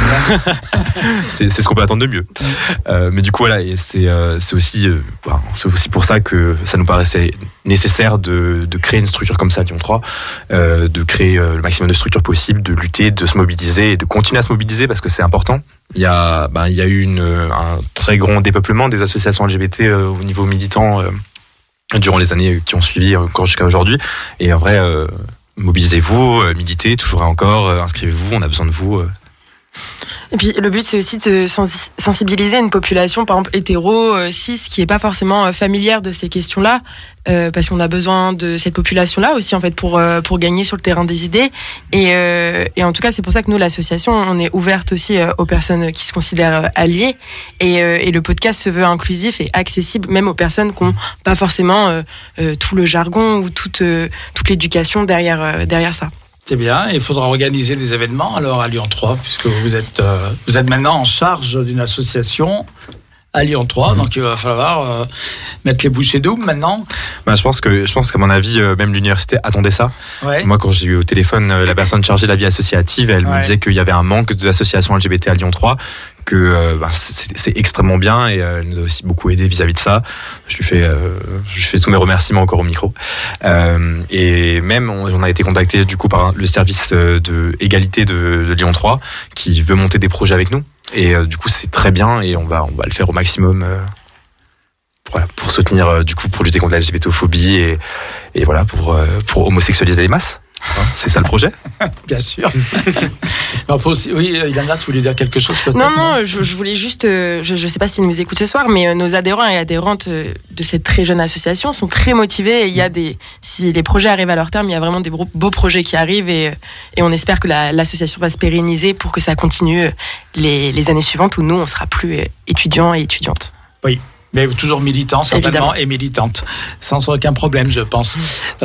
c'est ce qu'on peut attendre de mieux. Mais du coup, voilà, et c'est aussi pour ça que ça nous paraissait nécessaire de créer une structure comme ça à Lyon 3, de créer le maximum de structures possibles, de lutter, de se mobiliser et de continuer à se mobiliser parce que c'est important. Il y a eu un très grand dépeuplement des associations LGBT au niveau militant durant les années qui ont suivi encore jusqu'à aujourd'hui. Et en vrai, mobilisez-vous, militez toujours et encore, inscrivez-vous, on a besoin de vous. Et puis le but c'est aussi de sensibiliser une population, par exemple hétéro, cis, qui est pas forcément familière de ces questions-là, parce qu'on a besoin de cette population-là aussi en fait pour gagner sur le terrain des idées. Et en tout cas c'est pour ça que nous l'association on est ouverte aussi aux personnes qui se considèrent alliées et le podcast se veut inclusif et accessible même aux personnes qui n'ont pas forcément tout le jargon ou toute l'éducation derrière ça. C'est bien, il faudra organiser des événements alors à Lyon 3, puisque vous êtes maintenant en charge d'une association à Lyon 3, donc il va falloir mettre les bouchées doubles maintenant. Je pense qu'à mon avis, même l'université attendait ça. Ouais. Moi, quand j'ai eu au téléphone la personne chargée de la vie associative, elle me disait qu'il y avait un manque d'associations LGBT à Lyon 3, que c'est extrêmement bien et elle nous a aussi beaucoup aidé vis-à-vis de ça. Je lui fais tous mes remerciements encore au micro. Et même on a été contacté du coup par le service de égalité de Lyon 3 qui veut monter des projets avec nous. Et du coup c'est très bien et on va le faire au maximum pour soutenir du coup pour lutter contre la LGBTophobie et voilà pour homosexualiser les masses. C'est ça le projet. Bien sûr. Oui, Ilana, tu voulais dire quelque chose peut-être? Non, je voulais juste, je sais pas s'ils nous écoutent ce soir, mais nos adhérents et adhérentes de cette très jeune association sont très motivés et il y a si les projets arrivent à leur terme, il y a vraiment des beaux projets qui arrivent et on espère que l'association va se pérenniser pour que ça continue les années suivantes où nous, on sera plus étudiants et étudiantes. Oui. Mais toujours militants, certainement, et militantes. Sans aucun problème, je pense.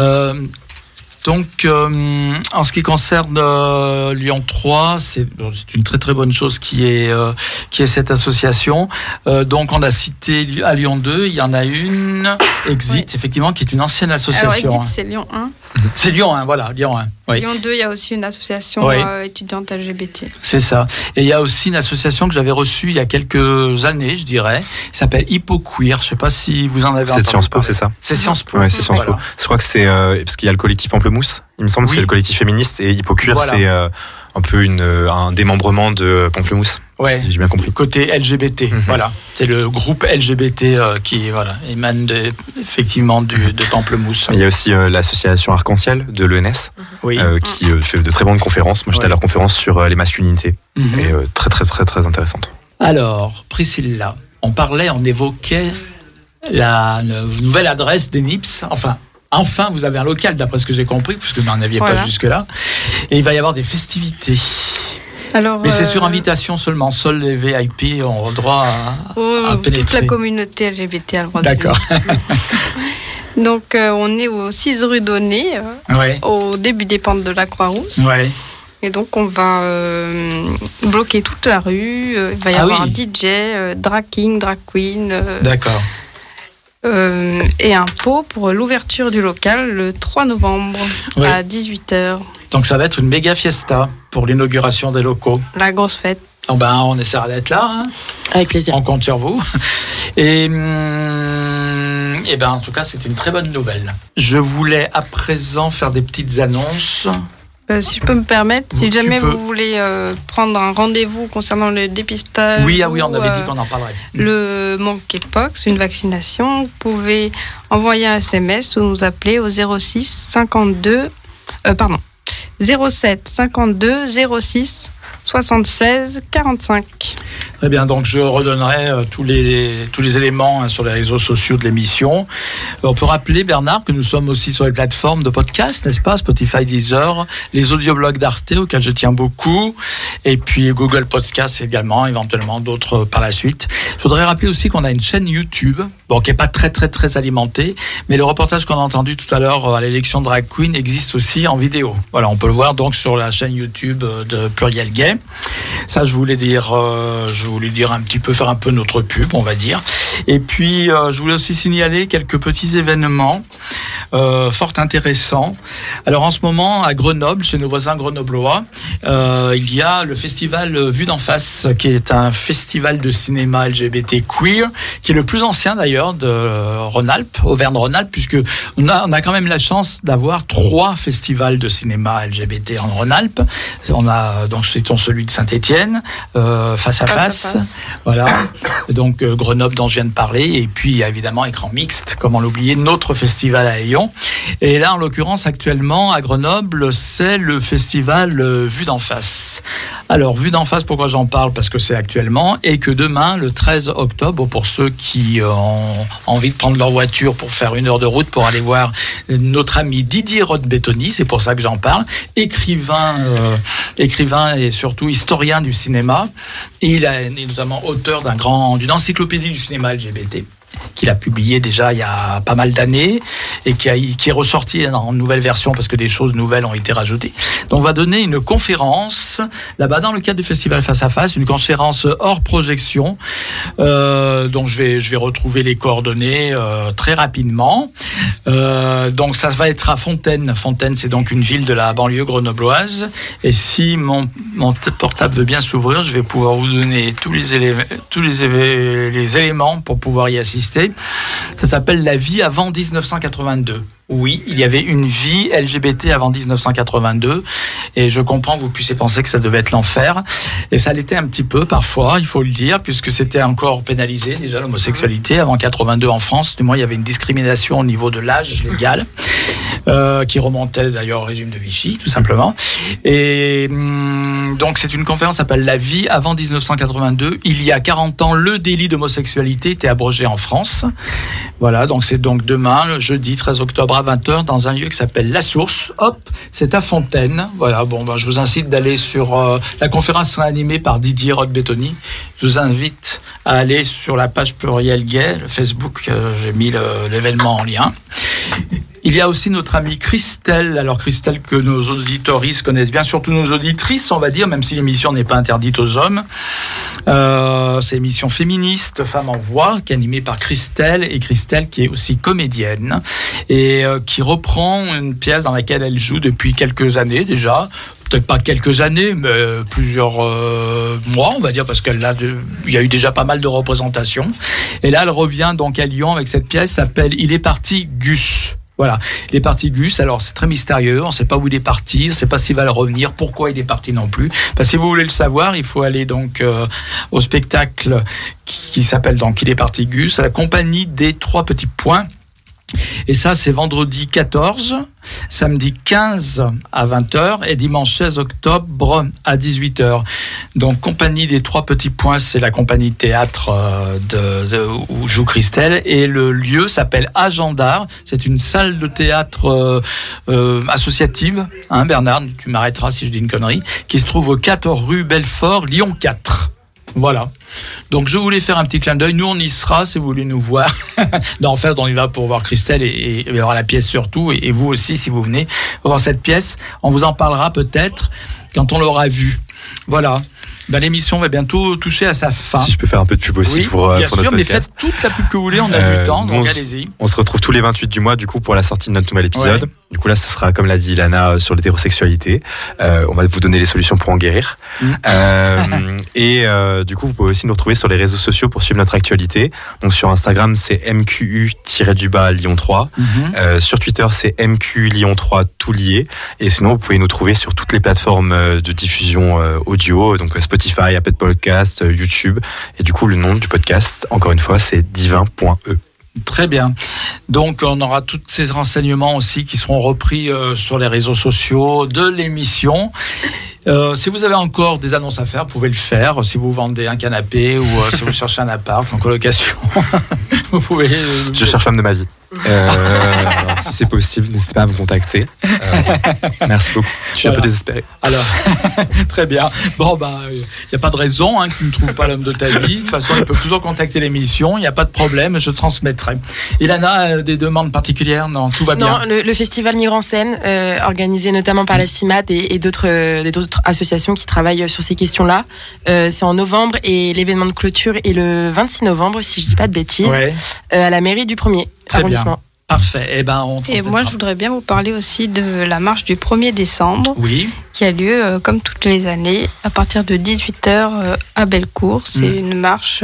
Donc, en ce qui concerne Lyon 3, c'est une très très bonne chose qui est cette association. Donc, on a cité à Lyon 2, il y en a une, Exit, effectivement, qui est une ancienne association. Alors, Exit, c'est Lyon 1. C'est Lyon 1, voilà, Lyon 1. Oui. Lyon 2, il y a aussi une association étudiante LGBT. C'est ça. Et il y a aussi une association que j'avais reçue il y a quelques années, je dirais, qui s'appelle HippoQueer. Je ne sais pas si vous en avez entendu. C'est Sciences Po, c'est ça? C'est Sciences Po. Ouais, c'est Sciences Po. Je crois que c'est parce qu'il y a le collectif Pamplemousse. Il me semble que c'est le collectif féministe et HippoQueer, c'est un peu un démembrement de Pamplemousse. Ouais. Si j'ai bien compris. Côté LGBT, voilà. C'est le groupe LGBT qui émane effectivement de Pamplemousse. Il y a aussi l'association Arc-en-Ciel de l'ENS qui fait de très bonnes conférences. Moi, j'étais à leur conférence sur les masculinités et très très très très intéressante. Alors, Priscilla, on évoquait la nouvelle adresse des NIPS. Enfin, vous avez un local, d'après ce que j'ai compris, puisque vous n'en aviez pas jusque-là. Et il va y avoir des festivités. Alors, mais c'est sur invitation seulement. Seuls les VIP ont le droit à pénétrer. Toute la communauté LGBT a le droit. D'accord. Donc, on est au 6 rue Donné, au début des pentes de la Croix-Rousse. Ouais. Et donc, on va bloquer toute la rue. Il va y avoir un DJ, drag king, drag queen. D'accord. Et un pot pour l'ouverture du local le 3 novembre à 18h. Donc, ça va être une méga fiesta pour l'inauguration des locaux. La grosse fête. Oh ben, on essaiera d'être là. Hein. Avec plaisir. On compte sur vous. Et ben, en tout cas, c'est une très bonne nouvelle. Je voulais à présent faire des petites annonces. Si je peux me permettre, si jamais vous voulez prendre un rendez-vous concernant le dépistage. Oui, on avait dit qu'on en parlerait. Le monkeypox, une vaccination, vous pouvez envoyer un SMS ou nous appeler au 07 52 06 76 45. Très bien, donc je redonnerai tous les éléments sur les réseaux sociaux de l'émission. On peut rappeler, Bernard, que nous sommes aussi sur les plateformes de podcast, n'est-ce pas? Spotify, Deezer, les audioblogs d'Arte, auxquels je tiens beaucoup, et puis Google Podcast également, éventuellement d'autres par la suite. Je voudrais rappeler aussi qu'on a une chaîne YouTube, qui n'est pas très très très alimentée, mais le reportage qu'on a entendu tout à l'heure à l'élection de Drag Queen existe aussi en vidéo. Voilà, on peut le voir donc sur la chaîne YouTube de Pluriel Gay. Ça, je voulais dire un petit peu, faire un peu notre pub, on va dire. Et puis, je voulais aussi signaler quelques petits événements fort intéressants. Alors, en ce moment, à Grenoble, chez nos voisins grenoblois, il y a le festival Vue d'en face, qui est un festival de cinéma LGBT queer, qui est le plus ancien d'ailleurs de Rhône-Alpes, Auvergne-Rhône-Alpes, puisque on a quand même la chance d'avoir 3 festivals de cinéma LGBT en Rhône-Alpes. On a donc celui de Saint-Étienne, face à face. Voilà. Donc Grenoble dont je viens de parler, et puis il y a évidemment Écran Mixte, comment l'oublier, notre festival à Lyon. Et là, en l'occurrence, actuellement à Grenoble, c'est le festival Vue d'en face. Alors, Vue d'en face, pourquoi j'en parle? Parce que c'est actuellement, et que demain, le 13 octobre, pour ceux qui ont envie de prendre leur voiture pour faire 1 heure de route pour aller voir notre ami Didier Roth-Bettoni, c'est pour ça que j'en parle, écrivain et surtout historien du cinéma. Et il est notamment auteur d'une encyclopédie du cinéma LGBT qu'il a publié déjà il y a pas mal d'années et qui est ressorti en nouvelle version parce que des choses nouvelles ont été rajoutées. Donc on va donner une conférence là-bas dans le cadre du festival Face à Face, une conférence hors projection. Donc je vais retrouver les coordonnées très rapidement. Donc ça va être à Fontaine. Fontaine, c'est donc une ville de la banlieue grenobloise. Et si mon portable veut bien s'ouvrir, je vais pouvoir vous donner tous les éléments pour pouvoir y assister. Ça s'appelle La vie avant 1982. Oui, il y avait une vie LGBT avant 1982 et je comprends que vous puissiez penser que ça devait être l'enfer. Et ça l'était un petit peu parfois, il faut le dire, puisque c'était encore pénalisé déjà l'homosexualité. Avant 82 en France, du moins il y avait une discrimination au niveau de l'âge légal qui remontait d'ailleurs au régime de Vichy, tout simplement. Et donc c'est une conférence qui s'appelle La vie avant 1982. Il y a 40 ans, le délit d'homosexualité était abrogé en France. Voilà, donc c'est donc demain, le jeudi 13 octobre à 20h, dans un lieu qui s'appelle La Source. Hop, c'est à Fontaine. Voilà, je vous incite d'aller sur... la conférence sera animée par Didier Roth-Bettoni. Je vous invite à aller sur la page Pluriel Gay, le Facebook, j'ai mis l'événement en lien. Il y a aussi notre amie Christelle. Alors Christelle que nos auditoristes connaissent bien, surtout nos auditrices, on va dire, même si l'émission n'est pas interdite aux hommes. C'est une émission féministe, Femmes en Voix, qui est animée par Christelle, et Christelle qui est aussi comédienne et qui reprend une pièce dans laquelle elle joue depuis quelques années déjà. Peut-être pas quelques années, mais plusieurs mois, on va dire, parce qu'il y a eu déjà pas mal de représentations. Et là, elle revient donc à Lyon avec cette pièce qui s'appelle Il est parti Gus. Voilà, il est parti Gus, alors c'est très mystérieux, on ne sait pas où il est parti, on ne sait pas s'il va revenir, pourquoi il est parti non plus. Si vous voulez le savoir, il faut aller donc au spectacle qui s'appelle donc Il est parti Gus, à la compagnie des 3 petits points. Et ça, c'est vendredi 14, samedi 15 à 20h et dimanche 16 octobre à 18h. Donc, Compagnie des Trois Petits Points, c'est la compagnie de théâtre où joue Christelle. Et le lieu s'appelle Agendar. C'est une salle de théâtre associative, hein, Bernard, tu m'arrêteras si je dis une connerie, qui se trouve au 4 rue Belfort, Lyon 4. Voilà. Donc je voulais faire un petit clin d'œil. Nous on y sera si vous voulez nous voir. Non, en fait on y va pour voir Christelle et voir la pièce surtout. Et vous aussi si vous venez voir cette pièce. On vous en parlera peut-être quand on l'aura vue. Voilà. L'émission va bientôt toucher à sa fin. Si je peux faire un peu de pub aussi pour bien notre sûr, podcast. Mais faites toute la pub que vous voulez, on a du temps, donc allez-y. On se retrouve tous les 28 du mois, du coup, pour la sortie de notre nouvel épisode. Ouais. Du coup, là, ce sera, comme l'a dit Ilana, sur l'hétérosexualité. On va vous donner les solutions pour en guérir. Du coup, vous pouvez aussi nous retrouver sur les réseaux sociaux pour suivre notre actualité. Donc, sur Instagram, c'est MQU-Lyon3. Sur Twitter, c'est MQ-Lyon3, tout lié. Et sinon, vous pouvez nous trouver sur toutes les plateformes de diffusion audio, donc Spotify, Apple Podcast, YouTube. Et du coup, le nom du podcast, encore une fois, c'est divin.e. Très bien. Donc, on aura tous ces renseignements aussi qui seront repris sur les réseaux sociaux de l'émission. Si vous avez encore des annonces à faire, vous pouvez le faire. Si vous vendez un canapé ou si vous cherchez un appart en colocation, vous pouvez... Je cherche l'homme de ma vie. Si c'est possible, n'hésitez pas à me contacter. Merci beaucoup. Je suis un peu désespéré. Alors, très bien. Bon, il n'y a pas de raison qu'il ne trouve pas l'homme de ta vie. De toute façon, il peut toujours contacter l'émission. Il n'y a pas de problème. Je transmettrai. Ilana, des demandes particulières? Non, tout va bien. Non, le festival Mire en scène, organisé notamment par la CIMAD et d'autres associations qui travaillent sur ces questions-là. C'est en novembre et l'événement de clôture est le 26 novembre, si je ne dis pas de bêtises, à la mairie du 1er arrondissement. Bien. Parfait. Et moi, je voudrais bien vous parler aussi de la marche du 1er décembre, qui a lieu, comme toutes les années, à partir de 18h à Bellecour. C'est une marche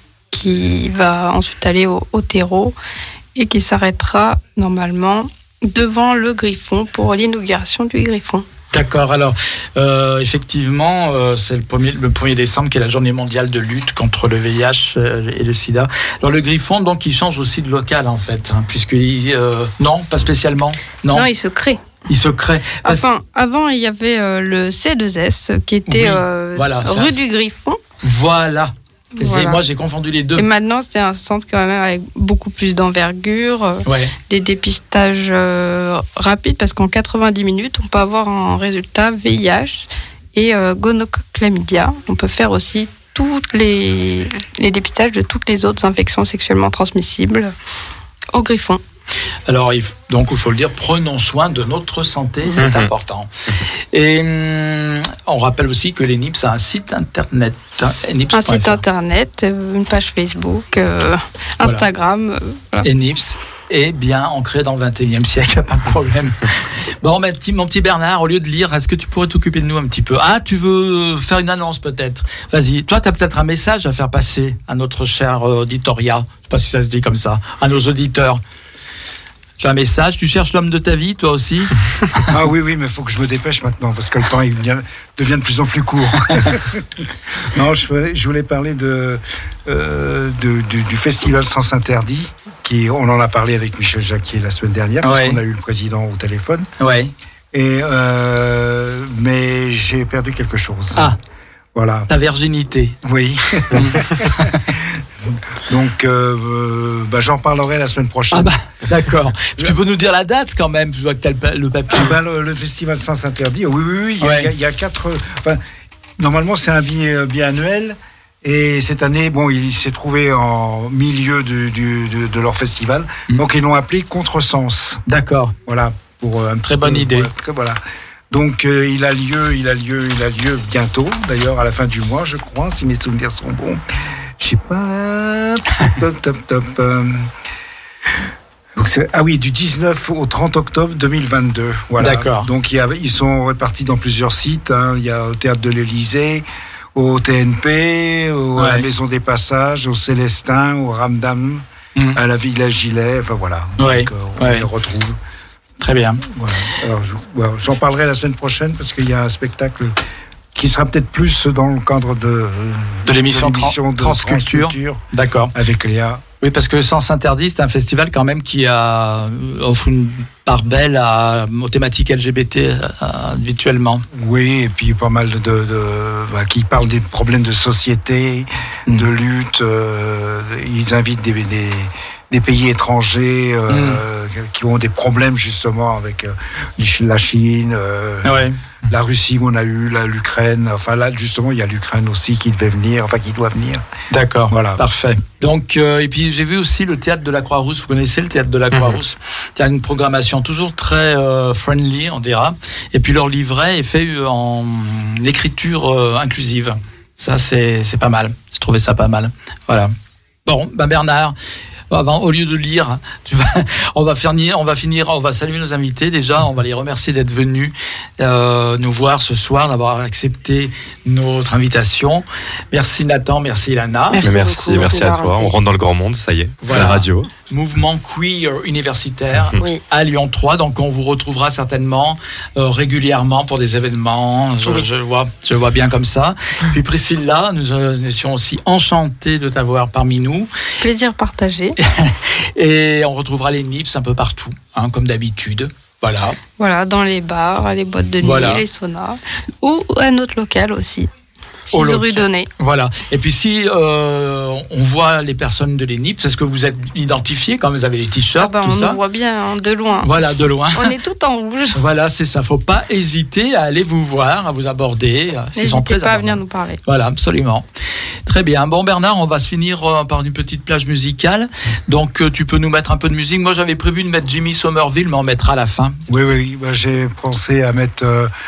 qui va ensuite aller au terreau et qui s'arrêtera normalement devant le Griffon pour l'inauguration du Griffon. D'accord. Alors, effectivement, c'est le 1er décembre qui est la journée mondiale de lutte contre le VIH et le sida. Alors, le Griffon, donc, il change aussi de local, en fait, non, pas spécialement. Non, il se crée. Il se crée. Enfin, avant, il y avait le C2S qui était rue du Griffon. Voilà. Moi, j'ai confondu les deux. Et maintenant, c'est un centre quand même avec beaucoup plus d'envergure, des dépistages rapides, parce qu'en 90 minutes, on peut avoir un résultat VIH et gonochlamydia. On peut faire aussi tous les dépistages de toutes les autres infections sexuellement transmissibles au Griffon. Alors, donc, il faut le dire, prenons soin de notre santé, c'est important. Et on rappelle aussi que l'ENIPS a un site internet. Un site internet, une page Facebook, Instagram. Voilà. ENIPS est bien ancré dans le 21e siècle, il n'y a pas de problème. Bon, mon petit Bernard, au lieu de lire, est-ce que tu pourrais t'occuper de nous un petit peu? Ah, tu veux faire une annonce peut-être? Vas-y, toi, tu as peut-être un message à faire passer à notre cher auditoria. Je ne sais pas si ça se dit comme ça, à nos auditeurs. Tu as un message, tu cherches l'homme de ta vie, toi aussi? Ah oui, mais il faut que je me dépêche maintenant, parce que le temps devient de plus en plus court. Non, je voulais parler du festival Sens Interdit, on en a parlé avec Michel Jacquier la semaine dernière, parce qu'on a eu le président au téléphone. Et, mais j'ai perdu quelque chose. Ah, voilà. Ta virginité. Oui. Donc, j'en parlerai la semaine prochaine. Ah d'accord. Tu peux nous dire la date quand même? Je vois que tu as le papier. Le festival Sens Interdit, oui. Il y a 4... normalement, c'est un biannuel. Et cette année, il s'est trouvé en milieu de leur festival. Donc, ils l'ont appelé Contresens. D'accord. Voilà. Pour très bonne idée. Voilà. Donc, il a lieu bientôt. D'ailleurs, à la fin du mois, je crois, si mes souvenirs sont bons. Je sais pas. Top. Donc du 19 au 30 octobre 2022. Voilà. D'accord. Donc ils sont répartis dans plusieurs sites. Il y a au Théâtre de l'Élysée, au TNP, à la Maison des Passages, au Célestin, au Ramdam, à la Villa Gilet. Enfin voilà. Donc, on les retrouve. Très bien. Voilà. Alors, j'en parlerai la semaine prochaine parce qu'il y a un spectacle qui sera peut-être plus dans le cadre de l'émission Transculture. D'accord. Avec Léa Oui, parce que Sens Interdit, c'est un festival quand même qui offre une part belle aux thématiques LGBT habituellement. Oui, et puis pas mal qui parlent des problèmes de société, de lutte. Ils invitent des pays étrangers qui ont des problèmes justement avec la Chine, la Russie qu'on a eu, l'Ukraine. Enfin là, justement, il y a l'Ukraine aussi qui doit venir. D'accord, voilà. Parfait. Donc, et puis j'ai vu aussi le Théâtre de la Croix-Rousse. Vous connaissez le Théâtre de la Croix-Rousse? Il y a une programmation toujours très friendly, on dira. Et puis leur livret est fait en écriture inclusive. Ça, c'est pas mal. Je trouvais ça pas mal. Voilà. Bon, Bernard... Au lieu de lire, on va saluer nos invités. Déjà, on va les remercier d'être venus nous voir ce soir, d'avoir accepté notre invitation. Merci Nathan, merci Ilana. Merci à toi. On rentre dans le grand monde, ça y est, voilà. C'est la radio. Mouvement queer universitaire à Lyon 3. Donc on vous retrouvera certainement régulièrement pour des événements. Je vois bien comme ça. Puis Priscilla, nous étions aussi enchantés de t'avoir parmi nous. Plaisir partagé. Et on retrouvera les NIPS un peu partout, comme d'habitude. Voilà, dans les bars, les boîtes de nuit, les saunas, ou à notre local aussi. 6 rue Donnet. Voilà. Et puis si on voit les personnes de l'ENIP, est-ce que vous êtes identifiés quand vous avez les t-shirts, tout ça? On nous voit bien de loin. Voilà, de loin. On est tout en rouge. Voilà, c'est ça. Faut pas hésiter à aller vous voir, à vous aborder. N'hésitez pas à venir nous parler. Voilà, absolument. Très bien. Bon Bernard, on va se finir par une petite plage musicale. Donc tu peux nous mettre un peu de musique. Moi j'avais prévu de mettre Jimmy Somerville, mais on mettra à la fin. Oui. J'ai pensé à mettre...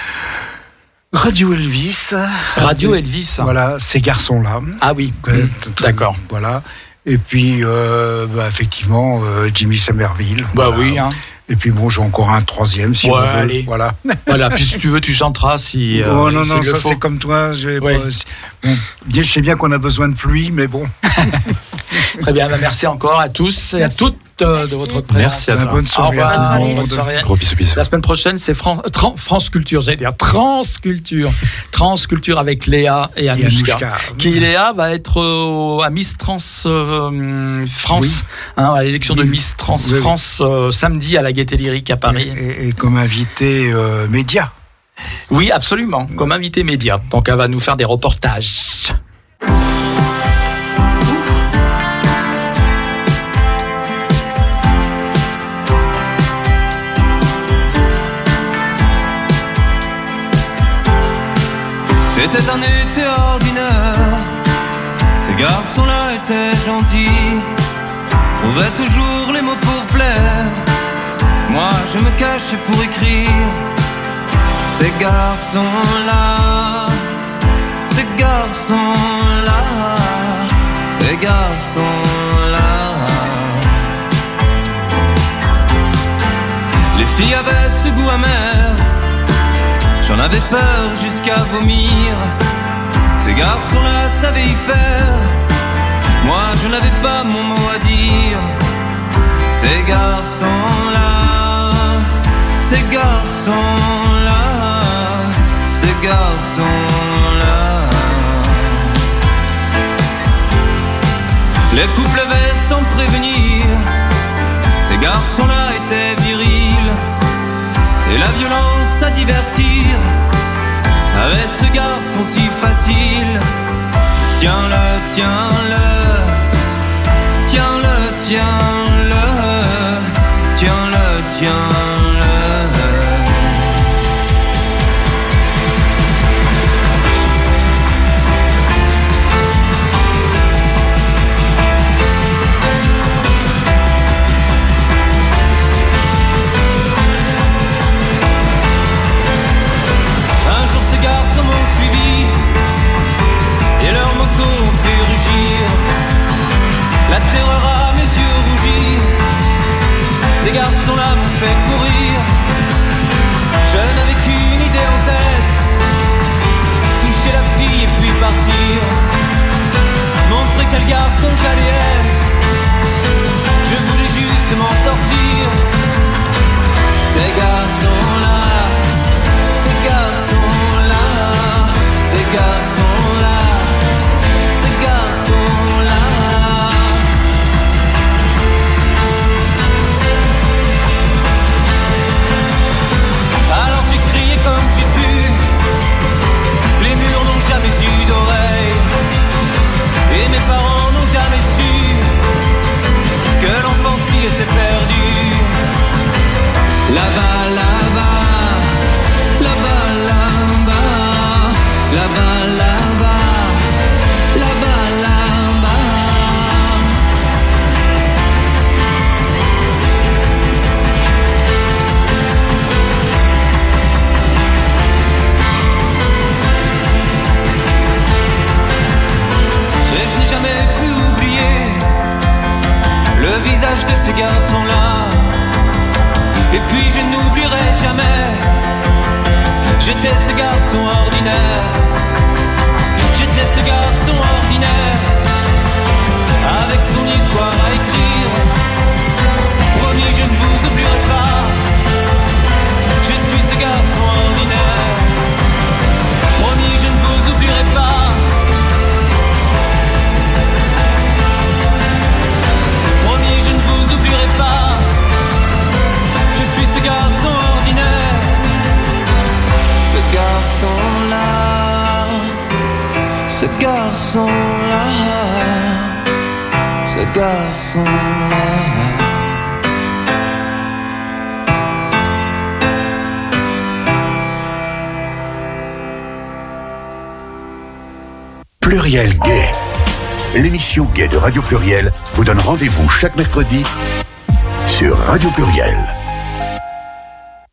Radio Elvis. Voilà, ces garçons-là. Ah oui. D'accord. Voilà. Et puis, effectivement, Jimmy Somerville. Oui. Et puis bon, j'ai encore un troisième si on veut. Allez. Voilà. Puis si tu veux, tu chanteras si. Non, ça c'est comme toi. Je sais bien qu'on a besoin de pluie, mais bon. Très bien. Merci encore à tous et à toutes de votre présence. Merci à toi. Bonne soirée. Au revoir. Bonne soirée. Gros bisous. La semaine prochaine, c'est France Culture. J'allais dire Transculture. Transculture avec Léa et Anouchka. Léa va être à Miss Trans France, à l'élection de Miss Trans France samedi à la Gaîté Lyrique à Paris. Et comme invité média. Oui, absolument. Comme invité média. Donc elle va nous faire des reportages. C'était un été ordinaire, ces garçons-là étaient gentils, trouvaient toujours les mots pour plaire. Moi je me cachais pour écrire. Ces garçons-là, ces garçons-là, ces garçons-là. Les filles avaient ce goût amer, j'en avais peur jusqu'à vomir. Ces garçons-là savaient y faire, moi je n'avais pas mon mot à dire. Ces garçons-là, ces garçons-là, ces garçons-là. Les couples levaient sans prévenir, ces garçons-là étaient virils, et la violence à divertir avec ce garçon si facile. Tiens-le, tiens-le, tiens-le, tiens-le, tiens-le, tiens-le. La terreur à mes yeux rougir, ces garçons-là m'ont fait courir. Je n'avais qu'une idée en tête, toucher la fille et puis partir, montrer quel garçon j'allais être. Je voulais juste m'en sortir. Ces garçons-là, ces garçons-là, ces garçons-là, ces garçons-là. J'étais ce garçon ordinaire. J'étais ce garçon ordinaire, avec son histoire à écrire. Promis, je ne vous oublierai pas. Je suis ce garçon ordinaire. Promis, je ne vous oublierai pas. Promis, je ne vous oublierai pas. Je suis ce garçon ordinaire. Ce garçon-là, ce garçon-là, ce garçon-là. Pluriel Gay. L'émission Gay de Radio Pluriel vous donne rendez-vous chaque mercredi sur Radio Pluriel.